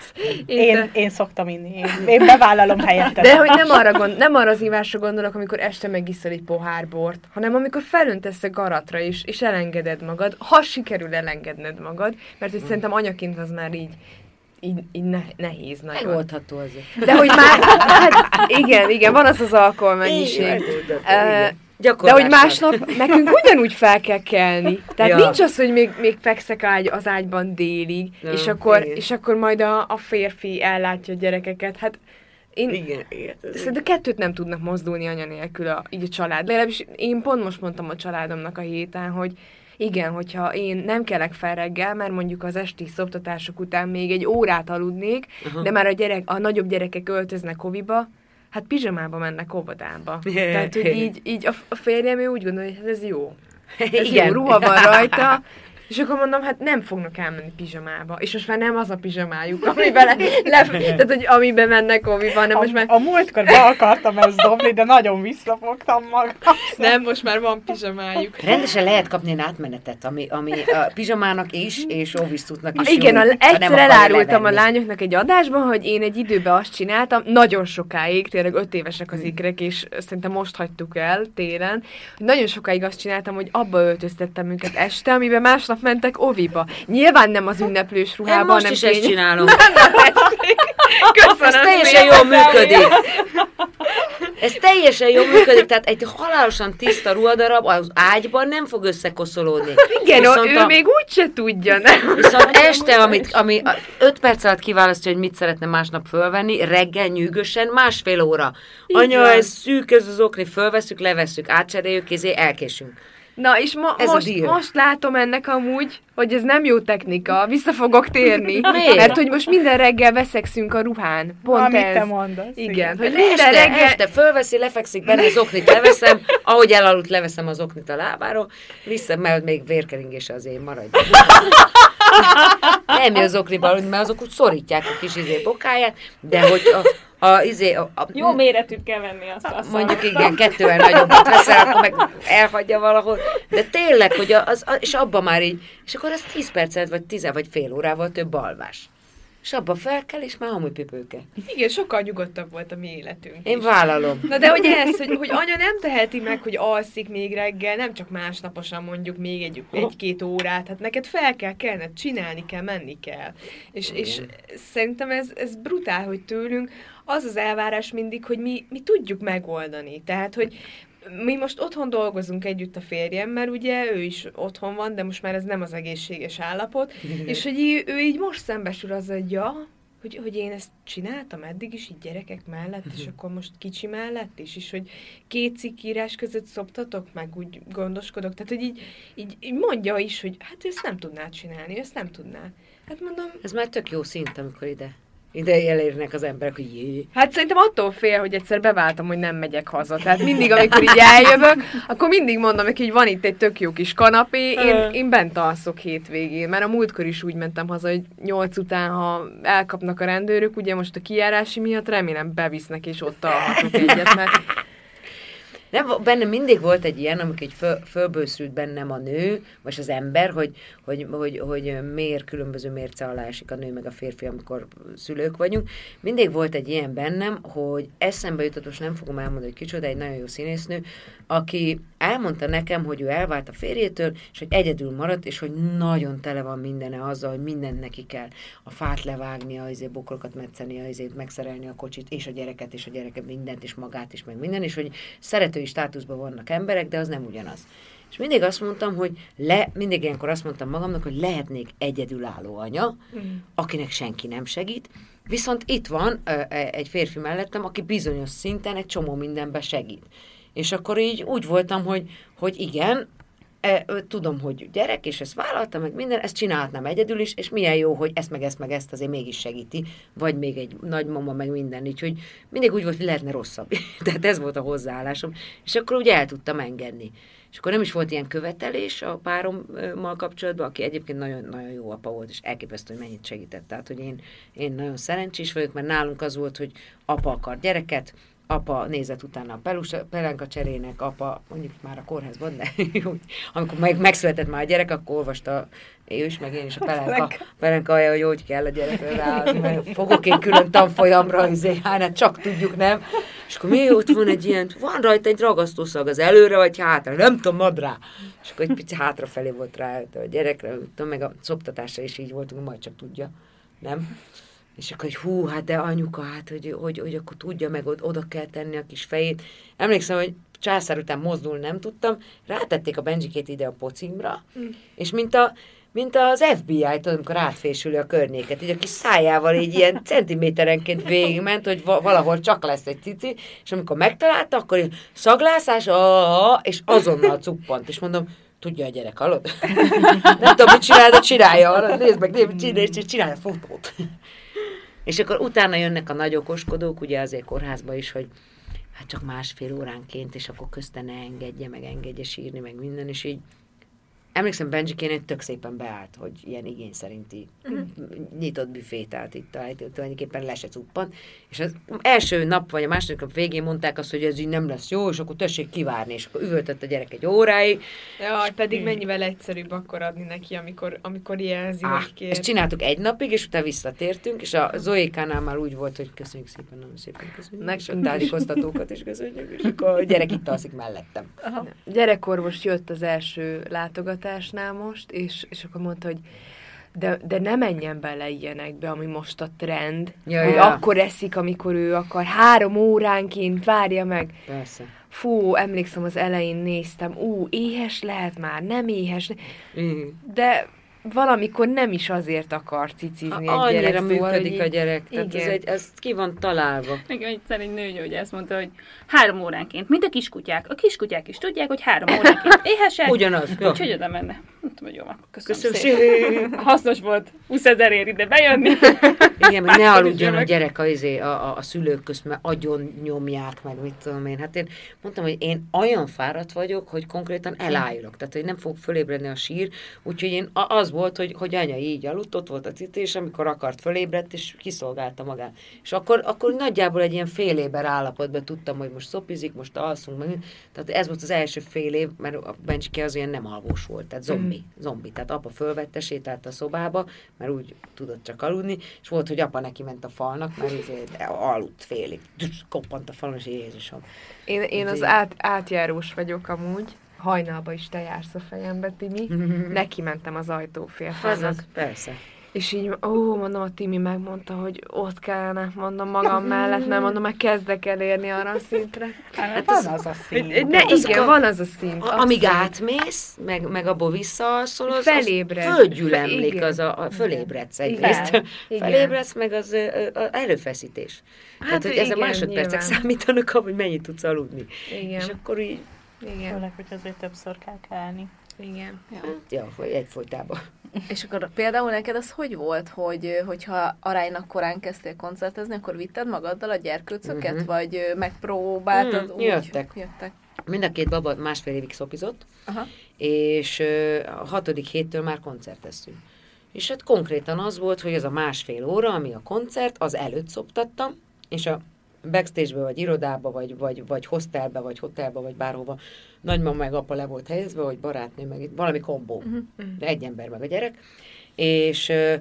Én, én szoktam inni. Én, én bevállalom helyettem. De hogy nem arra, gond, nem arra az ívásra gondolok, amikor este megiszol egy pohár bort, hanem amikor felöntesz a garatra is, és elengeded magad, ha sikerül elengedned magad, mert hogy szerintem anyaként az már így így, így ne, nehéz nagyon. Megoldható azért. De hogy már, hát igen, igen, van az az alkoholmennyiség. De hogy másnap nekünk ugyanúgy fel kell kelni. Tehát ja. nincs az, hogy még, még fekszek ágy, az ágyban délig, no, és, akkor, és akkor majd a, a férfi ellátja a gyerekeket. Hát én igen, igen, szerintem kettőt nem tudnak mozdulni anya nélkül a, így a család. Legalábbis én pont most mondtam a családomnak a héten, hogy igen, hogyha én nem kelek fel reggel, mert mondjuk az esti szoptatások után még egy órát aludnék, uh-huh. de már a, gyerek, a nagyobb gyerekek öltöznek oviba, hát pizsamába mennek óvodába. Yeah. Tehát, hogy így, így a, a férjem ő úgy gondolja, hogy ez jó. Ez igen. jó, ruha van rajta. És akkor mondom, hát nem fognak elmenni pizsamába. És most már nem az a pizsamájuk, amiben, le, le, tehát, hogy amiben mennek oviba, hanem most már... A múltkor be akartam ezt dobni, de nagyon visszafogtam magam. Nem, most már van pizsamájuk. Rendesen lehet kapni egy átmenetet, ami, ami a pizsamának is, és óvisztutnak is igen, jó. Igen, egyszer elárultam a lányoknak egy adásban, hogy én egy időben azt csináltam, nagyon sokáig, tényleg öt évesek az ikrek, és szerintem most hagytuk el télen, hogy nagyon sokáig azt csináltam, hogy abba öltöztettem őket este, amiben másnap mentek oviba. Nyilván nem az ünneplős ruhában, most nem is ezt csinálom. Köszönöm. Ez teljesen jól működik. Ez teljesen jól működik, tehát egy halálosan tiszta ruhadarab az ágyban nem fog összekoszolódni. Igen, viszont ő a... még úgyse tudja, nem? Viszont este, amit, ami öt perc alatt kiválasztja, hogy mit szeretne másnap fölvenni, reggel nyűgösen másfél óra. Anya, ez szűk, ez az okni, fölveszünk, levesszük, átcseréljük, kézé, elkésünk. Na, és ma, most, most látom ennek amúgy, hogy ez nem jó technika, vissza fogok térni. Miért? Mert hogy most minden reggel veszekszünk a ruhán. Pont Amit ez. te mondasz. Igen, hogy minden este, reggel... este fölveszi, lefekszik benne, az oknit leveszem, ahogy elaludt, leveszem az oknit a lábáról, vissza, mert még vérkeringése az én maradj. Nem az okniba, mert azok úgy szorítják a kis izé bokáját, de hogy a A, izé, a, a, Jó méretűt kell venni azt. azt mondjuk igen, kettővel nagyobbat veszel, akkor meg elhagyja valahol. De tényleg, hogy az, az, és abban már így, és akkor az tíz percet, vagy tíz, vagy fél órával több alvás. És abban fel kell, és már hamupipőke. Igen, sokkal nyugodtabb volt a mi életünk. Én is. vállalom. Na de hogy ez, hogy, hogy anya nem teheti meg, hogy alszik még reggel, nem csak másnaposan mondjuk még egy, egy-két órát, hát neked fel kell, kellene, csinálni kell, menni kell. És, és szerintem ez, ez brutál, hogy tőlünk az az elvárás mindig, hogy mi, mi tudjuk megoldani. Tehát, hogy mi most otthon dolgozunk együtt a férjemmel, ugye, ő is otthon van, de most már ez nem az egészséges állapot, és hogy így, ő így most szembesül azzal, hogy ja, hogy, hogy én ezt csináltam eddig is, így gyerekek mellett, és akkor most kicsi mellett is, és hogy két cikkírás között szoptatok, meg úgy gondoskodok, tehát hogy így, így, így mondja is, hogy hát ő ezt nem tudná csinálni, ő ezt nem tudná. Hát mondom... Ez már tök jó szint, amikor ide... Ide elérnek az emberek, hogy jé. Hát szerintem attól fél, hogy egyszer beváltam, hogy nem megyek haza. Tehát mindig, amikor így eljövök, akkor mindig mondom neki, hogy van itt egy tök jó kis kanapé, én, én bent alszok hétvégén. Mert a múltkor is úgy mentem haza, hogy nyolc után, ha elkapnak a rendőrök, ugye most a kijárási miatt remélem bevisznek, és ott alhatok egyet, mert... Nem, bennem mindig volt egy ilyen, amikor egy föl, fölbőszült bennem a nő, vagy az ember, hogy, hogy, hogy, hogy miért különböző mérce alá esik a nő meg a férfi, amikor szülők vagyunk. Mindig volt egy ilyen bennem, hogy eszembe jutott, most nem fogom elmondani, hogy kicsoda, egy nagyon jó színésznő, aki elmondta nekem, hogy ő elvált a férjétől, és hogy egyedül maradt, és hogy nagyon tele van mindene azzal, hogy mindent neki kell. A fát levágni, a izé, bokrokat metszeni, a izét megszerelni a kocsit, és a gyereket, és a gyereket mindent, és magát is, meg minden, és hogy szeretői státuszban vannak emberek, de az nem ugyanaz. És mindig azt mondtam, hogy le, mindig ilyenkor azt mondtam magamnak, hogy lehetnék egyedülálló anya, mm. akinek senki nem segít, viszont itt van ö, egy férfi mellettem, aki bizonyos szinten egy csomó mindenben segít. És akkor így úgy voltam, hogy, hogy igen, e, tudom, hogy gyerek, és ezt vállaltam, meg minden, ezt csinálhatnám egyedül is, és milyen jó, hogy ezt meg ezt meg ezt azért mégis segíti, vagy még egy nagymama, meg minden, így, hogy mindig úgy volt, hogy lehetne rosszabb. Tehát ez volt a hozzáállásom, és akkor ugye el tudtam engedni. És akkor nem is volt ilyen követelés a párommal kapcsolatban, aki egyébként nagyon, nagyon jó apa volt, és elképesztő, hogy mennyit segített. Tehát, hogy én, én nagyon szerencsés vagyok, mert nálunk az volt, hogy apa akar gyereket, apa nézett utána a pelus, pelenka cserének, apa mondjuk már a kórházban, de jó, amikor meg, megszületett már a gyerek, akkor olvasta ő is, meg én is a pelenka, pelenka alja, hogy hogy kell a gyerekre rá, mert fogok én külön tanfolyamra, azért, hát csak tudjuk, nem? És akkor mi ott van egy ilyen, van rajta egy ragasztószag az előre, vagy hátra, nem tudom, ad rá. És akkor egy pici hátrafelé volt rá a gyerekre, tudom, meg a szoptatásra is így voltunk, majd csak tudja, nem? És akkor, hogy hú, hát de anyuka, hát, hogy, hogy, hogy akkor tudja, meg oda kell tenni a kis fejét. Emlékszem, hogy császár után mozdulni nem tudtam, rátették a Benjikét ide a pocimra, mm. és mint, a, mint az ef bé i, tudom, amikor átfésüli a környéket, így a kis szájával így ilyen centiméterenként végigment, hogy valahol csak lesz egy cici, és amikor megtalálta, akkor így szaglászás, és azonnal cuppant, és mondom, tudja a gyerek, hallod? Nem tudom, mit csinál, de csinálja, nézd meg, nézd, csinálja fotót. És akkor utána jönnek a nagy okoskodók, ugye azért kórházba is, hogy hát csak másfél óránként, és akkor közte ne engedje, meg engedje sírni, meg minden, és így emlékszem, Benjikén tök szépen beállt, hogy ilyen igény szerinti uh-huh. nyitott büfét állt itt, tulajdonképpen le se cuppant, és az első nap, vagy a második nap végén mondták azt, hogy ez így nem lesz jó, és akkor tessék kivárni, és akkor üvöltött a gyerek egy óráig. Jaj, pedig mennyivel egyszerűbb akkor adni neki, amikor, amikor jelzi, ah, hogy kér. Ezt csináltuk egy napig, és utána visszatértünk, és a Zoékánál már úgy volt, hogy köszönjük szépen, nagyon szépen köszönjük, és a tájékoztatókat is köszönjük, és akkor a gyerek itt alszik mellettem. Gyerekorvos jött az első látogatásnál most, és, és akkor mondta, hogy de, de ne menjen bele ilyenekbe, ami most a trend, Ja, hogy ja. akkor eszik, amikor ő akar, három óránként, várja meg. Persze. Fú, emlékszem, az elején néztem, ú, éhes lehet már, nem éhes, Mm. de valamikor nem is azért akar cicizni A, egy gyerek. annyira szóval, működik hogy a így- gyerek, tehát ez, igen. egy, ez ki van találva. Nekem egyszer egy nőgyógyász mondta, hogy három óránként, mint a kiskutyák. A kiskutyák is tudják, hogy három óránként éhesek. Ugyanaz. Ja. Úgyhogy oda menne. Mondtam, hogy jó, akkor köszönöm, Köszönöm szépen. szépen. Hasznos volt húsz ezerért ide bejönni. Igen, meg ne Akkor is aludjon a jövök. gyerek a, izé, a, a, a szülők közt, mert agyon nyomják, meg mit tudom én. Hát én mondtam, hogy én olyan fáradt vagyok, hogy konkrétan elájulok. Tehát, hogy nem fog fölébredni a sír. Úgyhogy én a- az volt, hogy, hogy anya így aludt, ott volt a cici, és amikor akart fölébredt, és kiszolgálta magát. És akkor, akkor nagyjából egy ilyen fél éber állapotban tudtam, hogy most szopizik, most alszunk, meg. Tehát ez volt az első fél év, mert a Bencsike az ilyen nem alvós volt, tehát zombi, mm. zombi. Tehát apa fölvette, sétált a szobába, mert úgy tudott csak aludni, és volt, hogy apa neki ment a falnak, mert így aludt félig. Koppant a falon, és Jézusom. Én, én az át, átjárós vagyok amúgy. Hajnalba is te jársz a fejembe, Timi. Neki mentem az ajtófélfának. Az, persze. És így, ó, mondom, a Timi megmondta, hogy ott kellene, mondom magam mellett, nem mondom, meg kezdek elérni arra a szintre. Hát van az a szín. Ne, azok igen, a- van az a szint. A, amíg abszolút. átmész, meg, meg abból visszaalszol, az, Felébred. az földgyülemlik, Igen. az a, a fölébredsz Igen. egyrészt. Igen. Felébredsz, meg az ö, ö, erőfeszítés. Hát, Tehát, hogy ezzel igen, másodpercek nyilván. számítanak, hogy mennyit tudsz aludni. Igen. És akkor így, Igen. Főleg, hogy azért többször kell kelni. Igen. hát, ja, hogy egyfolytában. És akkor például neked az hogy volt, hogy hogyha aránylag korán kezdtél koncertezni, akkor vitted magaddal a gyerkőcöket, Mhm. vagy ö, megpróbáltad Mm, úgy? jöttek. jöttek. Mind a két baba másfél évig szopizott, Aha. és ö, a hatodik héttől már koncerteztünk. És hát konkrétan az volt, hogy ez a másfél óra, ami a koncert, az előtt szoptattam, és a backstage-be, vagy irodába, vagy, vagy, vagy hostelbe, vagy hotelbe, vagy bárhova nagymama meg apa le volt helyezve, vagy barátnő, meg itt valami kombó. Uh-huh. Egy ember meg a gyerek. És ö,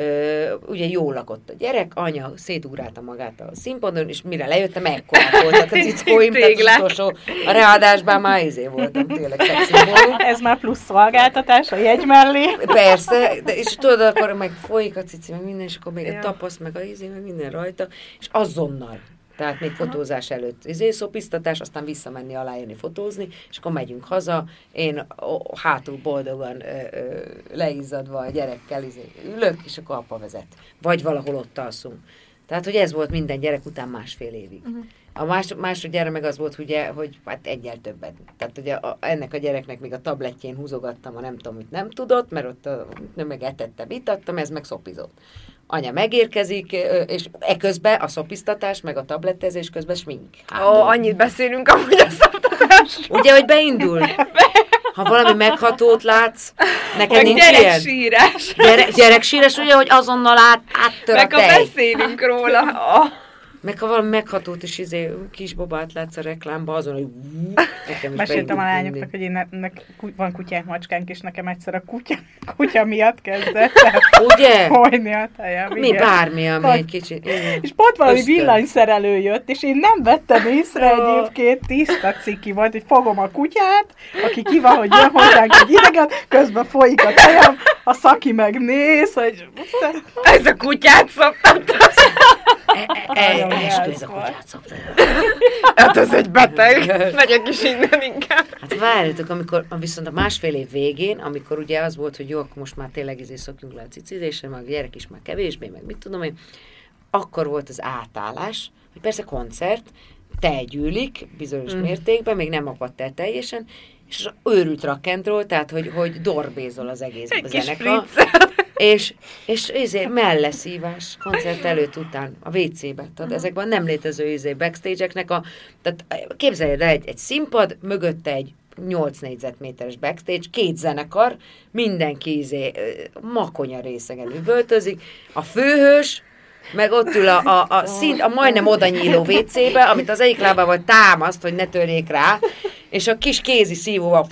ö, ugye jól lakott a gyerek, anya szétugrálta magát a színpadon, és mire lejöttem, ekkorák voltak a cickóim, tehát az utolsó, a readásban már izé voltam, tényleg szeximbolú. Ez már plusz szolgáltatás a jegy mellé. Persze, de, és tudod, akkor meg folyik a cici, meg minden, és akkor még Ja. a tapasz, meg a izé, meg minden rajta, és azonnal. Tehát még fotózás előtt izé, szopiztatás, aztán visszamenni alájönni fotózni, és akkor megyünk haza, én ó, hátul boldogan ö, ö, leizzadva a gyerekkel izé, ülök, és akkor apa vezet. Vagy valahol ott alszunk. Tehát, hogy ez volt minden gyerek után másfél évig. Uh-huh. A más, másodjára meg az volt, ugye, hogy hát egyel többet. Tehát ugye a, ennek a gyereknek még a tabletjén húzogattam, a nem tudom, mit nem tudott, mert ott a, nem meg etettem, itattam, ez meg szopizott. Anya megérkezik, ö, és eközben a szopiztatás, meg a tablettezés közben smink. Ó, annyit beszélünk amúgy a szoptatásról. Ugye, hogy beindul? Ha valami meghatót látsz, neked Meg nincs ilyen? gyereksírás. Gyere, gyereksíres, ugye, hogy azonnal át, áttör a Meg ha tej. beszélünk róla. Oh. Meg ha valami meghatót is izé, kis babát látsz a reklámba, azon, hogy ú, nekem is Meséltem a beindult lányoknak, mindig. hogy én ne, ne, ku- van kutyánk, macskánk, és nekem egyszer a kutya, kutya miatt kezdett Ugye? folyni a tejem. Mi igen. bármi, ami Vagy- egy kicsit... igen. És pont valami Ösztön. villanyszerelő jött, és én nem vettem észre Ó. egyébként, tiszta ciki volt, hogy fogom a kutyát, aki ki van, hogy jön hozzánk egy idegen, közben folyik a tejem, a szaki megnéz, hogy Ez a kutyát szoptatta. E, Nagyon eskü, ez gáz a volt. kutyát szokta. Hát ez egy beteg. Megyek is innen inkább. Hát várjátok, amikor viszont a másfél év végén, amikor ugye az volt, hogy jó, akkor most már tényleg izé szokjunk le a cicizésre, meg a gyerek is már kevésbé, meg mit tudom én, akkor volt az átállás, hogy persze koncert, tej gyűlik bizonyos mm. mértékben, még nem akadt el teljesen, és az őrült rock and roll, tehát hogy, hogy dorbézol az egész Egy a kis zenekar. fricc. És, és ezért melleszívás, koncert előtt után, a vé cébe. Tehát ezekben nem létező izé backstage-eknek a... Tehát képzeljed el, egy, egy színpad, mögötte egy nyolc négyzetméteres backstage, két zenekar, mindenki izé, makonya részegen üvöltözik, a főhős, meg ott ül a, a, a, szint, a majdnem oda nyíló vé cébe, amit az egyik lábával támaszt, hogy ne törjék rá, és a kis kézi szívóval...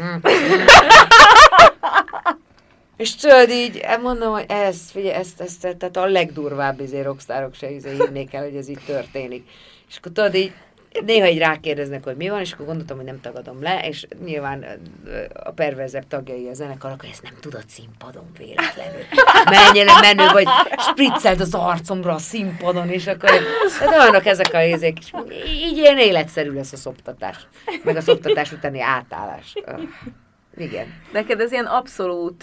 És tudod így, mondom, hogy ez, figyelj, ezt, ezt, tehát a legdurvább izé rockstárok se izé írnék el, hogy ez így történik. És akkor tudod így, néha így rákérdeznek, hogy mi van, és akkor gondoltam, hogy nem tagadom le, és nyilván a perverzebb tagjai a zenekarnak, hogy ezt nem tudod színpadon véletlenül. Menj el menő, vagy spricceld az arcomra a színpadon, és akkor de vannak ezek a ézék, és így ilyen életszerű lesz a szoptatás, meg a szoptatás utáni átállás. Igen. Neked ez ilyen abszolút...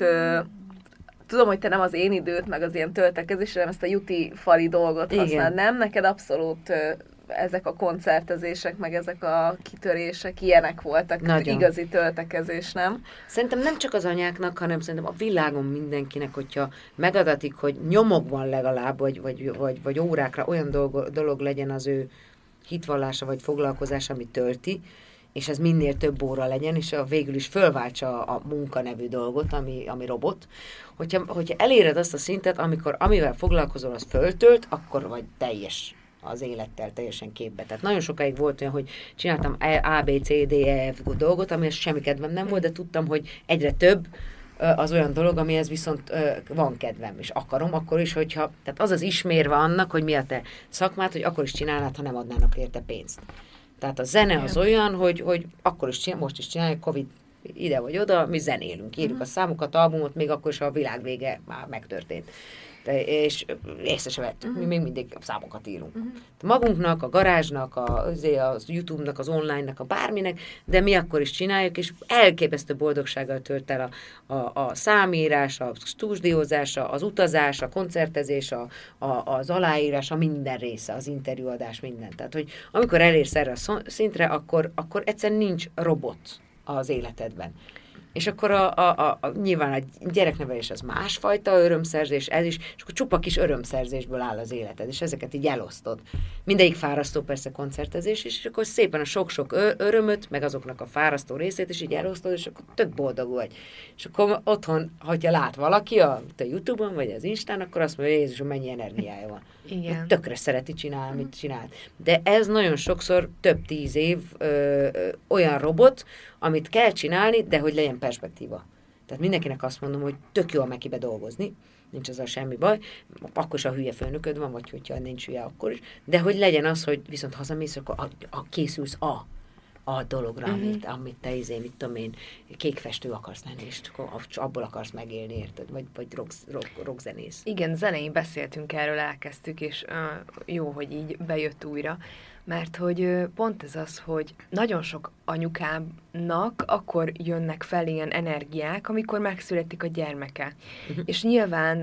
Tudom, hogy te nem az én időt, meg az ilyen töltekezésre, nem ezt a juti fali dolgot használod, nem? Neked abszolút ezek a koncertezések, meg ezek a kitörések ilyenek voltak. Nagyon. Igazi töltekezés, nem? Szerintem nem csak az anyáknak, hanem szerintem a világon mindenkinek, hogyha megadatik, hogy nyomokban legalább, vagy, vagy, vagy, vagy órákra olyan dolog, dolog legyen az ő hitvallása, vagy foglalkozása, ami tölti, és ez minél több óra legyen, és a végül is fölváltsa a munka nevű dolgot, ami, ami robot. Hogyha, hogyha eléred azt a szintet, amikor amivel foglalkozol, az föltölt, akkor vagy teljes az élettel, teljesen képbe. Tehát nagyon sokáig volt olyan, hogy csináltam A, B, C, D, E, F dolgot, amihez semmi kedvem nem volt, de tudtam, hogy egyre több az olyan dolog, amihez viszont van kedvem, és akarom, akkor is, hogyha, tehát az az ismérve annak, hogy mi a te szakmád, hogy akkor is csinálnád, ha nem adnának érte pénzt. Tehát a zene az olyan, hogy, hogy akkor is csinál, most is csináljuk, Covid ide vagy oda, mi zenélünk, írjuk a számokat, albumot, még akkor is a világ vége már megtörtént. De, és észre se vettük, uh-huh. mi még mindig számokat írunk. Uh-huh. Magunknak, a garázsnak, a, a YouTube-nak, az online-nak, a bárminek, de mi akkor is csináljuk, és elképesztő boldogsággal tölt el a, a, a számírás, a stúdiózás, az utazás, a koncertezés, a, a, az aláírás, a minden része, az interjúadás, minden. Tehát, hogy amikor elérsz erre a szintre, akkor, akkor egyszerűen nincs robot az életedben. És akkor a, a, a, a, nyilván a gyereknevelés az másfajta örömszerzés, ez is, és akkor csupa kis örömszerzésből áll az életed, és ezeket így elosztod. Mindegyik fárasztó persze koncertezés is, és akkor szépen a sok-sok örömöt, meg azoknak a fárasztó részét is így elosztod, és akkor tök boldog vagy. És akkor otthon, hogyha lát valaki a, a YouTube-on, vagy az Instán, akkor azt mondja, hogy Jézusom, mennyi energiája van. Igen. Tökre szereti csinálni, mit csinál. De ez nagyon sokszor több tíz év ö, ö, olyan robot, amit kell csinálni, de hogy legyen perspektíva. Tehát mindenkinek azt mondom, hogy tök jó a Mekibe dolgozni, nincs azzal semmi baj, akkor is a hülye főnököd van, vagy hogyha nincs hülye, akkor is, de hogy legyen az, hogy viszont hazamész, akkor a, a készülsz a, a dologra, uh-huh. amit, amit te izé, mit tudom én, kékfestő akarsz lenni, és abból akarsz megélni, érted? Vagy, vagy rock, rock, rockzenész. Igen, zenén beszéltünk erről, elkezdtük, és uh, jó, hogy így bejött újra, mert hogy pont ez az, hogy nagyon sok anyukámnak akkor jönnek fel ilyen energiák, amikor megszületik a gyermeke. Uh-huh. És nyilván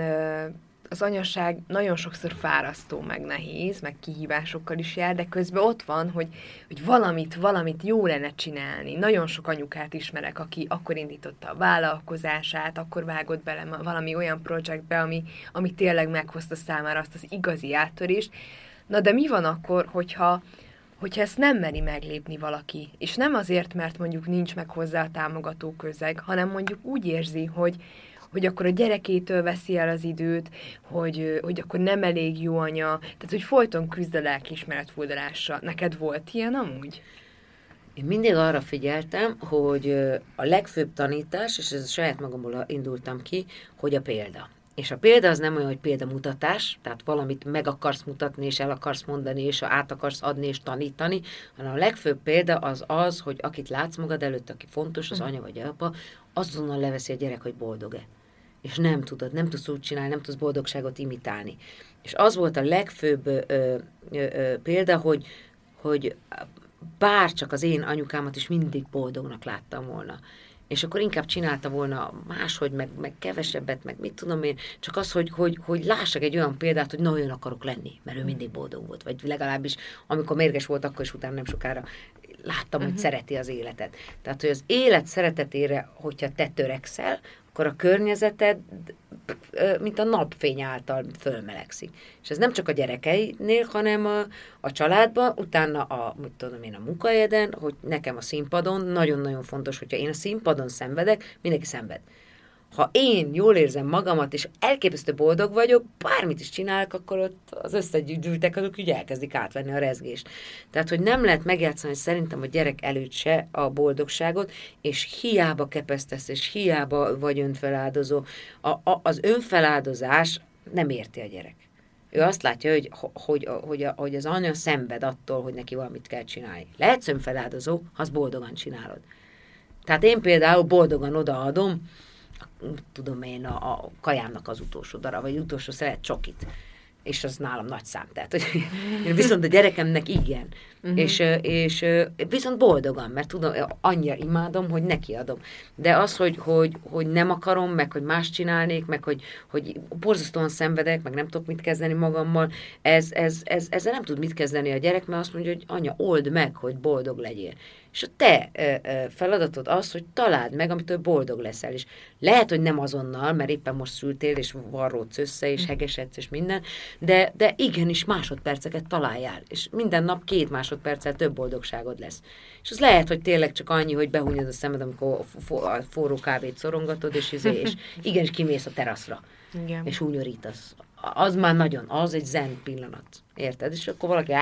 az anyaság nagyon sokszor fárasztó, meg nehéz, meg kihívásokkal is jár, de közben ott van, hogy, hogy valamit, valamit jó lenne csinálni. Nagyon sok anyukát ismerek, aki akkor indította a vállalkozását, akkor vágott bele valami olyan projektbe, ami, ami tényleg meghozta számára azt az igazi áttörést. Na de mi van akkor, hogyha, hogyha ezt nem meri meglépni valaki? És nem azért, mert mondjuk nincs meg hozzá a támogató közeg, hanem mondjuk úgy érzi, hogy, hogy akkor a gyerekétől veszi el az időt, hogy, hogy akkor nem elég jó anya, tehát hogy folyton küzd a lelkiismeret furdalással. Neked volt ilyen amúgy? Én mindig arra figyeltem, hogy a legfőbb tanítás, és ez saját magamból indultam ki, hogy a példa. És a példa az nem olyan, hogy példamutatás, tehát valamit meg akarsz mutatni, és el akarsz mondani, és át akarsz adni, és tanítani, hanem a legfőbb példa az az, hogy akit látsz magad előtt, aki fontos, az anya vagy apa, azonnal leveszi a gyerek, hogy boldog-e. És nem tudod, nem tudsz úgy csinálni, nem tudsz boldogságot imitálni. És az volt a legfőbb ö, ö, ö, példa, hogy, hogy bár csak az én anyukámat is mindig boldognak láttam volna. És akkor inkább csinálta volna máshogy, meg, meg kevesebbet, meg mit tudom én, csak az, hogy, hogy, hogy lássak egy olyan példát, hogy na, olyan akarok lenni, mert ő mindig boldog volt, vagy legalábbis amikor mérges volt, akkor is utána nem sokára láttam, uh-huh. hogy szereti az életet. Tehát, hogy az élet szeretetére, hogyha te törekszel, akkor a környezeted, mint a napfény által fölmelegszik. És ez nem csak a gyerekeinél, hanem a, a családban, utána a, mit tudom én, a munkahelyeden, hogy nekem a színpadon nagyon-nagyon fontos, hogyha én a színpadon szenvedek, mindenki szenved. Ha én jól érzem magamat, és elképesztő boldog vagyok, bármit is csinálok, akkor ott az összegyűltek, azok úgy elkezdik átvenni a rezgést. Tehát, hogy nem lehet megjátszani szerintem a gyerek előtt se a boldogságot, és hiába kepesztesz, és hiába vagy önfeláldozó. A, a, az önfeláldozás nem érti a gyerek. Ő azt látja, hogy, hogy, hogy, hogy az anya szenved attól, hogy neki valamit kell csinálni. Lehetsz önfeláldozó, ha azt boldogan csinálod. Tehát én például boldogan odaadom, tudom én, a, a kajámnak az utolsó darab, vagy utolsó szelet csokit. És az nálam nagy szám. Tehát, hogy viszont a gyerekemnek igen. Uh-huh. És, és viszont boldogan, mert tudom, annyira imádom, hogy neki adom. De az, hogy, hogy, hogy nem akarom, meg hogy más csinálnék, meg hogy, hogy borzasztóan szenvedek, meg nem tudok mit kezdeni magammal, ez, ez, ez, ezzel nem tud mit kezdeni a gyerek, mert azt mondja, hogy anya, old meg, hogy boldog legyél. És a te feladatod az, hogy találd meg, amitől boldog leszel. És lehet, hogy nem azonnal, mert éppen most szültél, és varródsz össze, és hegesedsz, és minden, de, de igenis másodperceket találjál. És minden nap két másodperccel több boldogságod lesz. És az lehet, hogy tényleg csak annyi, hogy behúnyod a szemed, amikor a forró kávét szorongatod, és, izé, és igenis kimész a teraszra. Igen. És hunyorítasz. Az már nagyon, az egy zen pillanat. Érted? És akkor valaki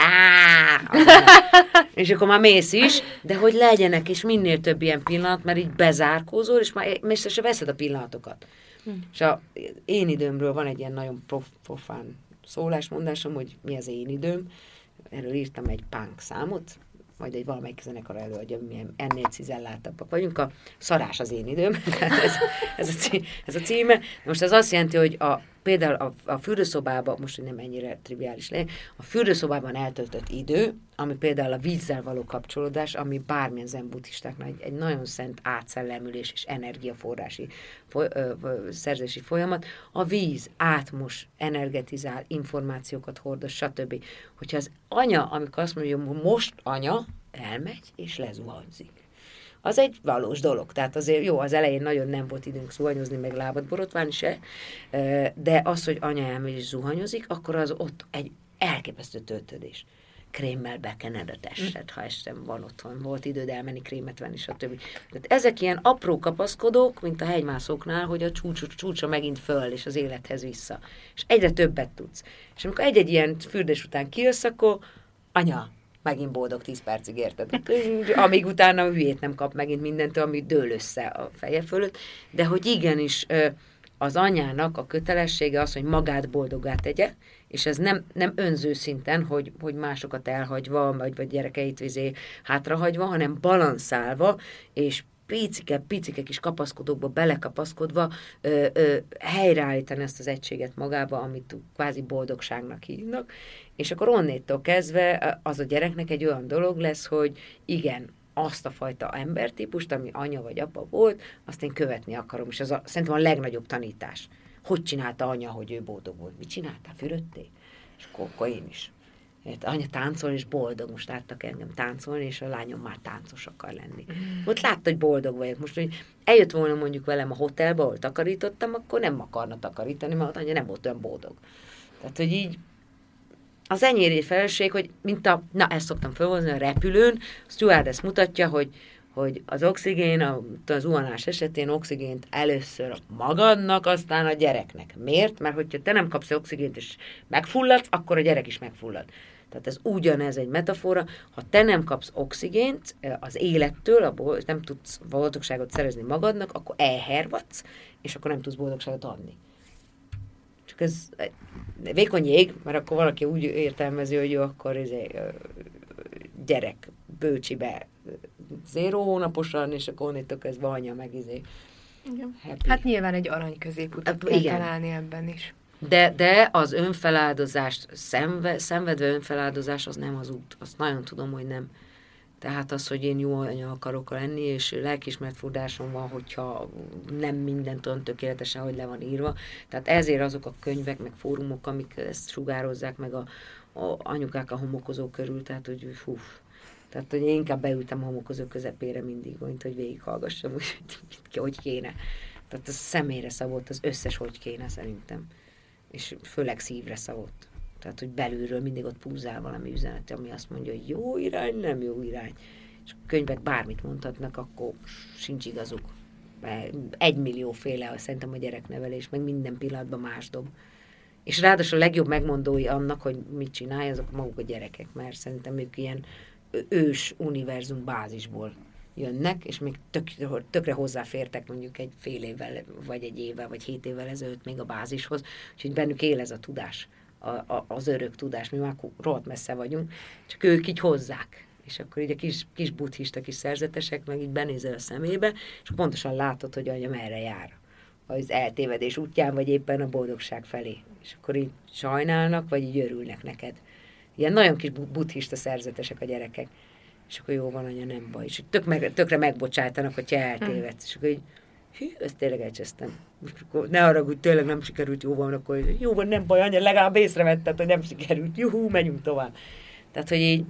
és akkor már mész is, de hogy legyenek, és minél több ilyen pillanat, mert így bezárkózol, és már és se veszed a pillanatokat. Hm. És a én időmről van egy ilyen nagyon prof, profán szólásmondásom, hogy mi az én időm. Erről írtam egy punk számot, majd egy valamelyik zenekar előadja, milyen ennél cizelláltabbak vagyunk. A szarás az én időm, ez, ez, a címe, ez a címe. De most ez azt jelenti, hogy a, például a, a fürdőszobában, most hogy nem ennyire triviális le, a fürdőszobában eltöltött idő, ami például a vízzel való kapcsolódás, ami bármilyen zen buddhistáknak egy, egy nagyon szent átszellemülés és energiaforrási foly, ö, ö, szerzési folyamat. A víz átmos, energetizál, információkat hordoz, stb. Hogyha az anya, amikor azt mondja, hogy most anya, elmegy és lezuhanyzik. Az egy valós dolog. Tehát azért jó, az elején nagyon nem volt időnk zuhanyozni, meg lábat borotválni se, de az, hogy anya elmegy és zuhanyozik, akkor az ott egy elképesztő töltődés. Krémmel bekened a testet, ha este van otthon, volt időd elmenni krémet venni, stb. Tehát ezek ilyen apró kapaszkodók, mint a hegymászóknál, hogy a csúcs, csúcsa megint föl, és az élethez vissza. És egyre többet tudsz. És amikor egy-egy ilyen fürdés után kijössz, akkor anya, megint boldog tíz percig, érted? Amíg utána a hülyét nem kap megint mindentől, ami dől össze a feje fölött, de hogy igenis az anyának a kötelessége az, hogy magát boldoggá tegye, és ez nem, nem önző szinten, hogy, hogy másokat elhagyva, vagy, vagy gyerekeit vizé hátrahagyva, hanem balanszálva, és picike, picike kis kapaszkodókba belekapaszkodva ö, ö, helyreállítani ezt az egységet magába, amit kvázi boldogságnak hívnak, és akkor onnétól kezdve az a gyereknek egy olyan dolog lesz, hogy igen, azt a fajta embertípust, ami anya vagy apa volt, azt én követni akarom, és ez a, szerintem a legnagyobb tanítás. Hogy csinálta anya, hogy ő boldog volt? Mit csináltál? Fürödtél? És akkor, akkor én is. Érte, anya táncol, és boldog. Most láttak engem táncolni, és a lányom már táncos akar lenni. Mm. Ott látta, hogy boldog vagyok. Most, hogy eljött volna mondjuk velem a hotelbe, ahol takarítottam, akkor nem akarna takarítani, mert anya nem volt olyan boldog. Tehát, hogy így az enyéri felelősség, hogy mint a, na ezt szoktam felhozni, a repülőn, a stewardess mutatja, hogy, hogy az oxigén, az zuhanás esetén oxigént először magadnak, aztán a gyereknek. Miért? Mert hogyha te nem kapsz oxigént és megfulladsz, akkor a gyerek is megfullad. Tehát ez ugyanez egy metafora, ha te nem kapsz oxigént az élettől, abból nem tudsz boldogságot szerezni magadnak, akkor elhervadsz, és akkor nem tudsz boldogságot adni. Csak ez vékony jég, mert akkor valaki úgy értelmezi, hogy jó, akkor ez gyerek bőcsibe zéró hónaposan, és akkor onnétől kezdve anya meg izé. Igen. Hát nyilván egy arany középutat kell találni ebben is. De, de az önfeláldozást, szenve, szenvedve önfeláldozás, az nem az út. Azt nagyon tudom, hogy nem. Tehát az, hogy én jó anya akarok lenni, és lelkiismert furdásom van, hogyha nem mindent olyan tökéletesen, hogy le van írva. Tehát ezért azok a könyvek, meg fórumok, amik ezt sugározzák, meg a, a anyukák a homokozó körül, tehát hogy hú. Tehát, hogy én inkább beültem a homokozó közepére mindig, mint hogy végighallgassam, hogy, hogy kéne. Tehát az személyre szabott, az összes hogy kéne szerintem. És főleg szívre szabott. Tehát, hogy belülről mindig ott púzál valami üzenet, ami azt mondja, hogy jó irány, nem jó irány. És a könyvek bármit mondhatnak, akkor sincs igazuk. Egymillióféle szerintem a gyereknevelés, meg minden pillanatban más dob. És ráadásul a legjobb megmondói annak, hogy mit csinálj, azok maguk a gyerekek, mert szerintem ők ilyen ős univerzum bázisból jönnek, és még tök, tökre hozzáfértek mondjuk egy fél évvel, vagy egy évvel, vagy hét évvel ezelőtt még a bázishoz, úgyhogy bennük él ez a tudás, a, a, az örök tudás, mi már rohadt messze vagyunk, csak ők így hozzák. És akkor így a kis, kis buddhista, kis szerzetesek, meg így benézel a szemébe, és pontosan látod, hogy anya merre jár. Az eltévedés útján, vagy éppen a boldogság felé. És akkor így sajnálnak, vagy így örülnek neked. Ilyen nagyon kis buddhista szerzetesek a gyerekek. És akkor jó van, anya, nem baj. És tök meg, tökre megbocsájtanak, hogyha eltévedsz. És akkor így, hű, ezt tényleg elcsesztem. Ne haragudj, tényleg nem sikerült, jó van, akkor jó van, nem baj, anya, legalább észrevetted, hogy nem sikerült. Juhú, menjünk tovább. Tehát, hogy így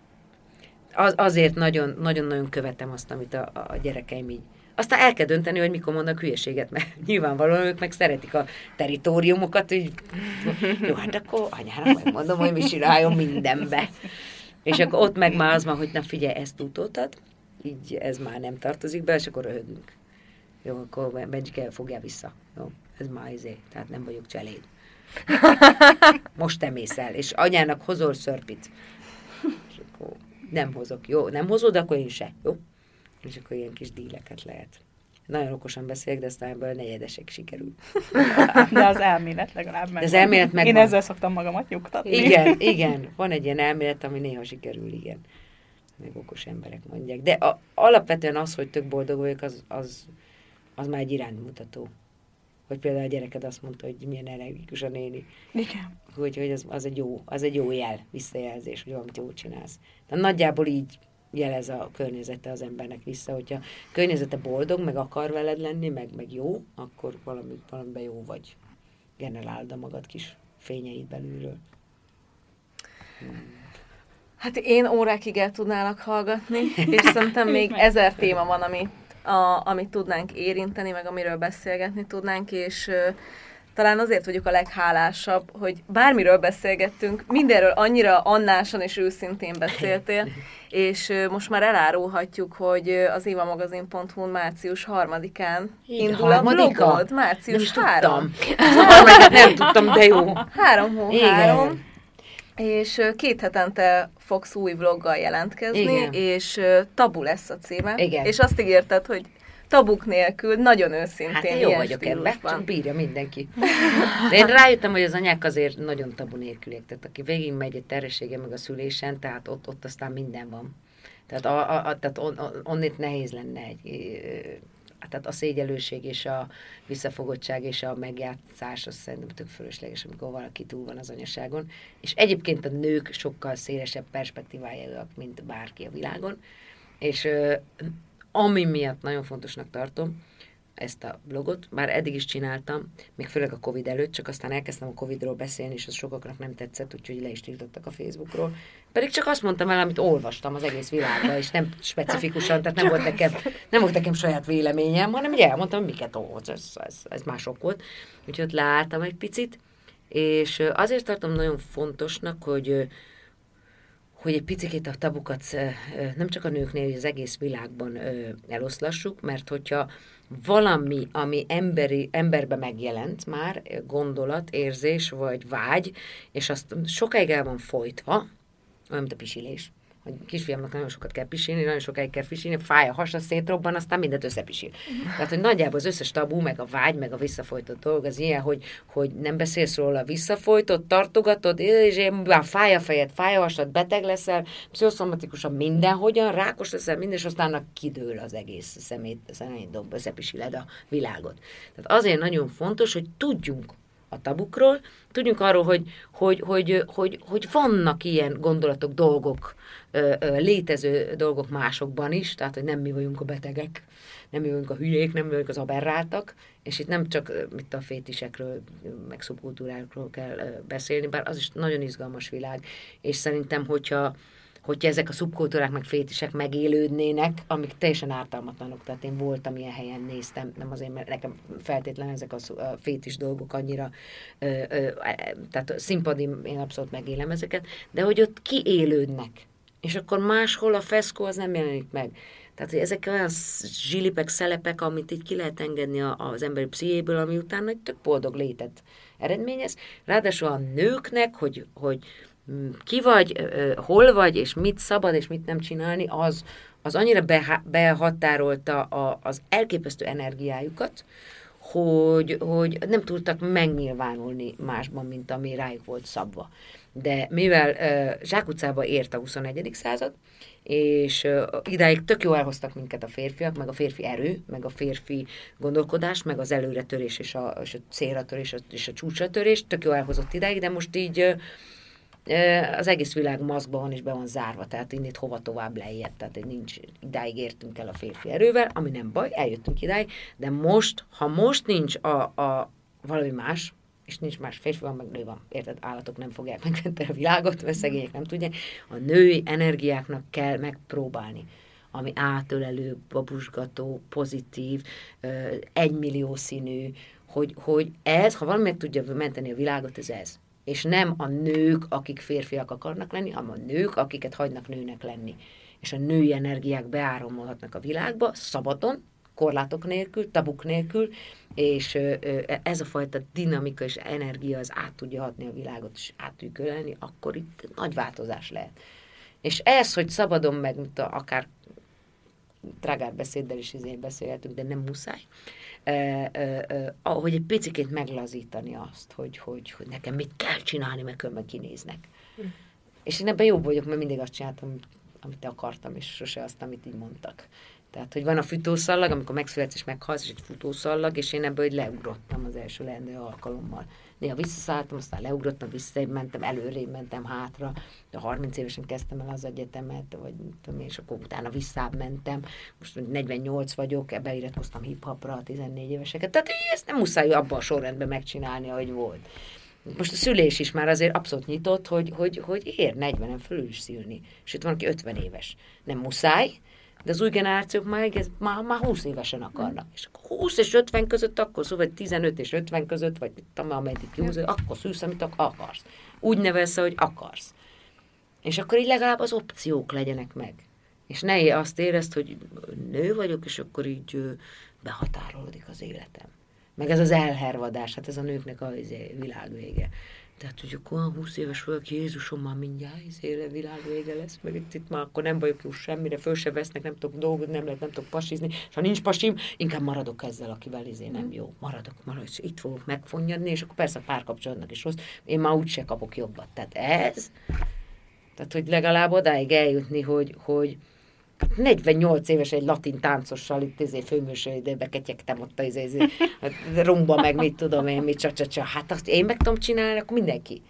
az, azért nagyon-nagyon követem azt, amit a, a gyerekeim így. Aztán el kell dönteni, hogy mikor mondanak hülyeséget, mert nyilvánvalóan ők meg szeretik a teritoriumokat, hogy jó, hát akkor anyára megmondom, hogy mi csináljon mindenbe. És akkor ott meg már az van, hogy na figyelj, ezt utótad, így ez már nem tartozik be, és akkor röhögünk. Jó, akkor Bencsike fogjál vissza. Jó, ez már izé, tehát nem vagyok cseléd. Most te mész el, és anyának hozol szörpit. És akkor nem hozok, jó, nem hozod, akkor én se, jó? És akkor ilyen kis díleket lehet. Nagyon okosan beszélek, de aztán ebből negyedesek sikerül. De az elmélet legalább meg. Az elmélet megvan. Én ezzel szoktam magamat nyugtatni. Igen, igen. Van egy ilyen elmélet, ami néha sikerül, igen. Még okos emberek mondják. De a, alapvetően az, hogy tök boldog vagyok, az, az, az már egy iránymutató. Hogy például a gyereked azt mondta, hogy milyen energikus a néni. Igen. Hogy, hogy az, az, egy jó, az egy jó jel, visszajelzés, hogy valamit jól csinálsz. De nagyjából így jelez a környezete az embernek vissza, hogyha a környezete boldog, meg akar veled lenni, meg, meg jó, akkor valami, valamiben jó vagy. Generálod a magad kis fényeit belülről. Hmm. Hát én órákig el tudnálak hallgatni, és szerintem még ezer téma van, ami, a, amit tudnánk érinteni, meg amiről beszélgetni tudnánk, és uh, talán azért vagyok a leghálásabb, hogy bármiről beszélgettünk, mindenről annyira annásan és őszintén beszéltél, és uh, most már elárulhatjuk, hogy az évamagazin pont hu március harmadikán Igen, indul a blogod. Március harmadika. Szóval nem tudtam, de jó. Három hó három. És két hetente fogsz új vloggal jelentkezni, igen. És tabu lesz a címe. Igen. És azt ígérted, hogy tabuk nélkül, nagyon őszintén. Hát én jó vagyok ebben, csak bírja mindenki. De én rájöttem, hogy az anyák azért nagyon tabu nélküliek. Tehát aki végig megy egy terhessége meg a szülésen, tehát ott, ott aztán minden van. Tehát, a, a, a, tehát on, on, onnét nehéz lenne egy... Tehát a szégyellőség és a visszafogottság és a megjátszás, az szerintem tök fölösleges, amikor valaki túl van az anyaságon. És egyébként a nők sokkal szélesebb perspektívájúak, mint bárki a világon. És uh, ami miatt nagyon fontosnak tartom ezt a blogot, bár eddig is csináltam, még főleg a Covid előtt, csak aztán elkezdtem a Covidról beszélni, és az sokaknak nem tetszett, úgyhogy le is tiltottak a Facebookról. Pedig csak azt mondtam el, amit olvastam az egész világban, és nem specifikusan, tehát nem volt nekem, nem volt nekem saját véleményem, hanem így elmondtam, miket olvas, ez, ez, ez mások volt. Úgyhogy ott leálltam egy picit, és azért tartom nagyon fontosnak, hogy hogy egy picit a tabukat nem csak a nőknél, hogy az egész világban eloszlassuk, mert hogyha valami, ami emberi, emberbe megjelent már, gondolat, érzés vagy vágy, és azt sokáig el van folytva, olyan, mint a pisilés. Hogy kisfiamnak nagyon sokat kell pisilni, nagyon sokáig kell pisilni, fáj a hasa, szétrobban, aztán mindent összepisil. Tehát, hogy nagyjából az összes tabú, meg a vágy, meg a visszafolytott dolog, az ilyen, hogy, hogy nem beszélsz róla, visszafolytott, tartogatod, és már fáj a fejed, fáj a hasad, beteg leszel, pszichoszomatikusan mindenhogyan, rákos leszel, minden, és aztán kidől az egész szemét, szemétdobba, összepisiled a világot. Tehát azért nagyon fontos, hogy tudjunk a tabukról, tudjunk arról, hogy, hogy, hogy, hogy, hogy vannak ilyen gondolatok, dolgok, létező dolgok másokban is, tehát, hogy nem mi vagyunk a betegek, nem mi vagyunk a hülyék, nem mi vagyunk az aberráltak, és itt nem csak mit a fétisekről, meg szubkultúrákról kell beszélni, bár az is nagyon izgalmas világ, és szerintem, hogyha hogyha ezek a szubkultúrák meg fétisek megélődnének, amik teljesen ártalmatlanok. Tehát én voltam ilyen helyen, néztem, nem azért, mert nekem feltétlenül ezek a fétis dolgok annyira, ö, ö, tehát színpadi, én abszolút megélem ezeket, de hogy ott kiélődnek. És akkor máshol a feszkó az nem jelenik meg. Tehát, hogy ezek olyan zsilipek, szelepek, amit így ki lehet engedni az emberi pszichéből, ami utána egy tök boldog létet eredményez. Ráadásul a nőknek, hogy, hogy ki vagy, hol vagy, és mit szabad, és mit nem csinálni, az, az annyira behatárolta a, az elképesztő energiájukat, hogy, hogy nem tudtak megnyilvánulni másban, mint ami rájuk volt szabva. De mivel uh, zsákutcába ért a huszonegyedik század, és uh, idáig tök jó elhoztak minket a férfiak, meg a férfi erő, meg a férfi gondolkodás, meg az előretörés és a, és a célratörés és a csúcsratörés, tök jó elhozott idáig, de most így uh, az egész világ maszkban van és be van zárva, tehát innét hova tovább lejjebb, tehát nincs, idáig értünk el a férfi erővel, ami nem baj, eljöttünk idáig, de most, ha most nincs a, a valami más, és nincs más, férfi van, meg nő van, érted, állatok nem fogják megmenteni a világot, mert szegények nem tudják, a női energiáknak kell megpróbálni, ami átölelő, babusgató, pozitív, egymillió színű, hogy, hogy ez, ha valami meg tudja menteni a világot, ez ez. És nem a nők, akik férfiak akarnak lenni, hanem a nők, akiket hagynak nőnek lenni. És a női energiák beáramolhatnak a világba, szabadon, korlátok nélkül, tabuk nélkül, és ez a fajta dinamika és energia az át tudja hatni a világot, és át tudjuk ölelni, akkor itt nagy változás lehet. És ez, hogy szabadon meg, mint a, akár trágár beszéddel is izén beszélhetünk, de nem muszáj, eh, eh, eh, ahogy egy picikét meglazítani azt, hogy, hogy, hogy nekem mit kell csinálni, mert különben kinéznek. Mm. És én ebben jobb vagyok, mert mindig azt csináltam, amit akartam, és sose azt, amit így mondtak. Tehát, hogy van a futószallag, amikor megszületsz és meghalsz, és egy futószallag, és én ebből hogy leugrottam az első leendő alkalommal. Néha visszaszálltam, aztán leugrottam, visszamentem, előrébb mentem hátra, de harminc évesen kezdtem el az egyetemet, vagy tudom én, és akkor utána visszább mentem. Most negyvennyolc vagyok, beiratkoztam hip-hopra tizennégy éveseket. Tehát ezt nem muszáj abban a sorrendben megcsinálni, ahogy volt. Most a szülés is már azért abszolút nyitott, hogy, hogy, hogy ér negyvenen fölül is szülni. Sőt, van, aki ötven éves. Nem muszáj, de az új generációk már, már, már húsz évesen akarnak. És akkor húsz és ötven között akkor szó, vagy tizenöt és ötven között, vagy tudom, ameddig jó, akkor szülsz, amit akarsz. Úgy nevelsz, hogy akarsz. És akkor így legalább az opciók legyenek meg. És ne azt érezd, hogy nő vagyok, és akkor így behatárolódik az életem. Meg ez az elhervadás, hát ez a nőknek a világvége. Tehát, hogy akkor húsz éves vagyok, Jézusom, már mindjárt izéle világvége lesz, meg itt, itt már akkor nem vagyok jó semmire, föl se vesznek, nem tudok dolgozni, nem lehet, nem tudok pasizni, és ha nincs pasim, inkább maradok ezzel, akivel izé nem jó. Maradok, maradok, és itt fogok megfonnyadni, és akkor persze a párkapcsolatnak is rossz, én már úgyse kapok jobbat. Tehát ez, tehát, hogy legalább odáig eljutni, hogy, hogy negyvennyolc éves egy latin táncossal itt izé főműsoridőbe ketyegtem ott izé, izé, rumba meg mit tudom én, mit csa-csa-csa. Hát azt én meg tudom csinálni, akkor mindenki.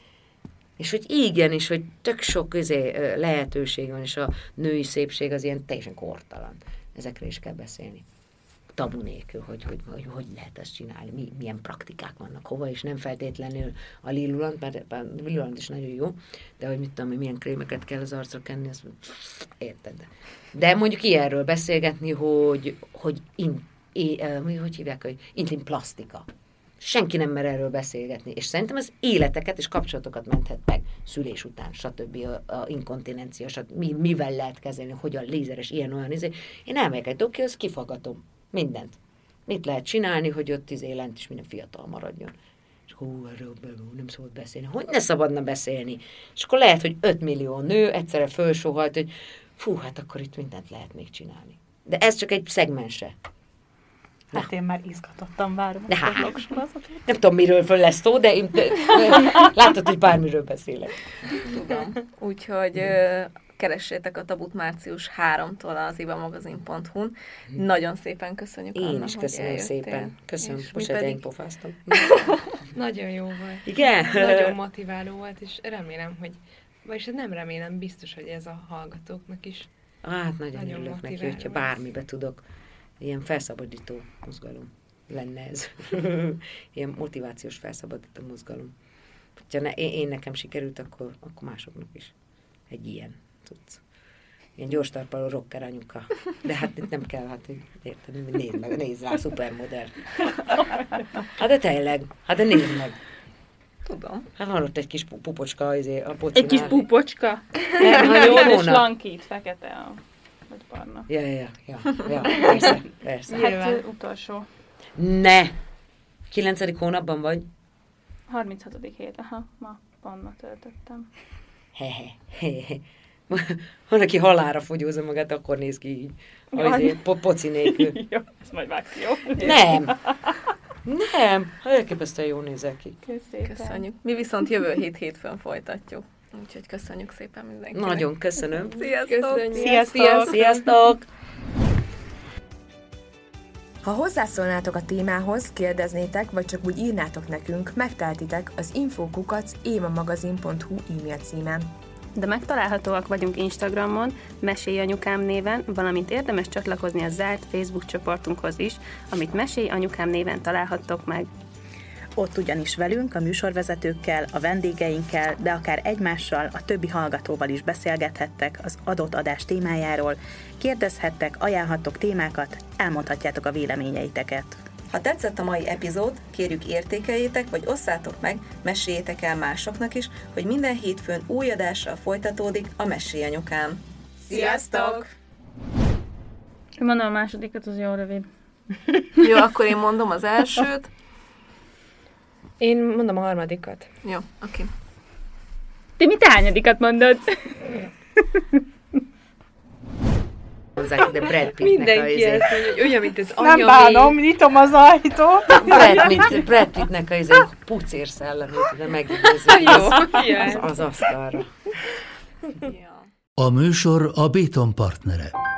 És hogy igen, és hogy tök sok izé, lehetőség van, és a női szépség az ilyen teljesen kortalan. Ezekről is kell beszélni. Tabu nélkül, hogy hogy, hogy, hogy lehet ezt csinálni, mi, milyen praktikák vannak hova, és nem feltétlenül a Lilulant, mert a Lilulant is nagyon jó, de hogy mit tudom, hogy milyen krémeket kell az arcra kenni, azt érted. De mondjuk ilyenről beszélgetni, hogy, hogy, in, é, hogy hívják, hogy intim plastika. Senki nem mer erről beszélgetni, és szerintem az életeket és kapcsolatokat menthet meg szülés után, stb. A, a inkontinencia, stb. Mi, mivel lehet kezelni, hogyan lézeres, ilyen olyan izé. Én elmegyek egy dokihoz, kifaggatom mindent. Mit lehet csinálni, hogy ott izé lent is minden fiatal maradjon. És hú, erről nem szabad beszélni. Hogy ne szabadna beszélni? És akkor lehet, hogy öt millió nő egyszerre fölsóhalt, hogy fú, hát akkor itt mindent lehet még csinálni. De ez csak egy szegmense. Na. Hát én már izgatottan várom De a hát, vlogsorozatot. nem tudom, miről föl lesz szó, de én, látod, hogy bármiről beszélek. Tudom. Úgyhogy ö, keressétek a Tabut március harmadikától az ivamagazin pont hu-n. Nagyon szépen köszönjük, Én Anna, is hogy köszönöm eljöttél. szépen. Köszönöm, És most mi egy pedig- én pofáztam. Nagyon jó volt. Igen? Nagyon motiváló volt, és remélem, hogy, vagyis nem remélem, biztos, hogy ez a hallgatóknak is. Hát nagyon, Nagyon örülök neki, motiváló hogyha ez. bármibe tudok. Ilyen felszabadító mozgalom lenne ez. Ilyen motivációs felszabadító mozgalom. Ha ne, én, én nekem sikerült, akkor, akkor másoknak is. Egy ilyen tudsz. Ilyen gyors tarpaló rocker anyuka. De hát itt nem kell, hát érted, nézd meg, nézd rá, szupermodell. Hát de tényleg, hát de nézd meg. Tudom. Hát van ott egy kis pu- pupocska azért a pocinál. Egy kis pupocska. Nem, ha jó Zöld és hónap. lankít, fekete a... vagy barna. Ja, ja, ja, ja, persze, persze. Hát Nyilván. ö, utolsó. Ne! Kilencedik hónapban vagy? harminchatodik hét, aha, ma panna töltöttem. Hehe, hehe. Van, aki halálra fogyózza magát, akkor néz ki így. Jaj. Azért, po- poci nélkül. Jó, ez majd vágsz, jó? Nem! Nem, elképesztően jól nézek ki. Köszönjük. Köszönjük. Mi viszont jövő hét hétfőn folytatjuk. Úgyhogy köszönjük szépen mindenkinek. Nagyon köszönöm. Sziasztok! Köszönjük. Sziasztok! Sziasztok! Ha hozzászólnátok a témához, kérdeznétek, vagy csak úgy írnátok nekünk, megteltitek az infókukac évamagazin pont hu e-mail címen. De megtalálhatóak vagyunk Instagramon, Mesélj Anyukám néven, valamint érdemes csatlakozni a zárt Facebook csoportunkhoz is, amit Mesélj Anyukám néven találhattok meg. Ott ugyanis velünk, a műsorvezetőkkel, a vendégeinkkel, de akár egymással, a többi hallgatóval is beszélgethettek az adott adás témájáról, kérdezhettek, ajánlhattok témákat, elmondhatjátok a véleményeiteket. Ha tetszett a mai epizód, kérjük értékeljétek, vagy osszátok meg, meséljétek el másoknak is, hogy minden hétfőn új adással folytatódik a Mesélj Anyukám. Sziasztok! Mondom a másodikat, az jó rövid. Jó, akkor én mondom az elsőt. Én mondom a harmadikat. Jó, oké. Ti mit hányadikat mondod? Hozzák ide Brad Pittnek a Mindenki izé. ezt mondja, hogy olyan, mint az Nem anya. bánom, nyitom az ajtót. Brad, Pitt, Brad Pittnek a izé pucér szellemét, de megidézni Jó, az, jaj. az, az asztalra. Ja. A műsor a Béton partnere.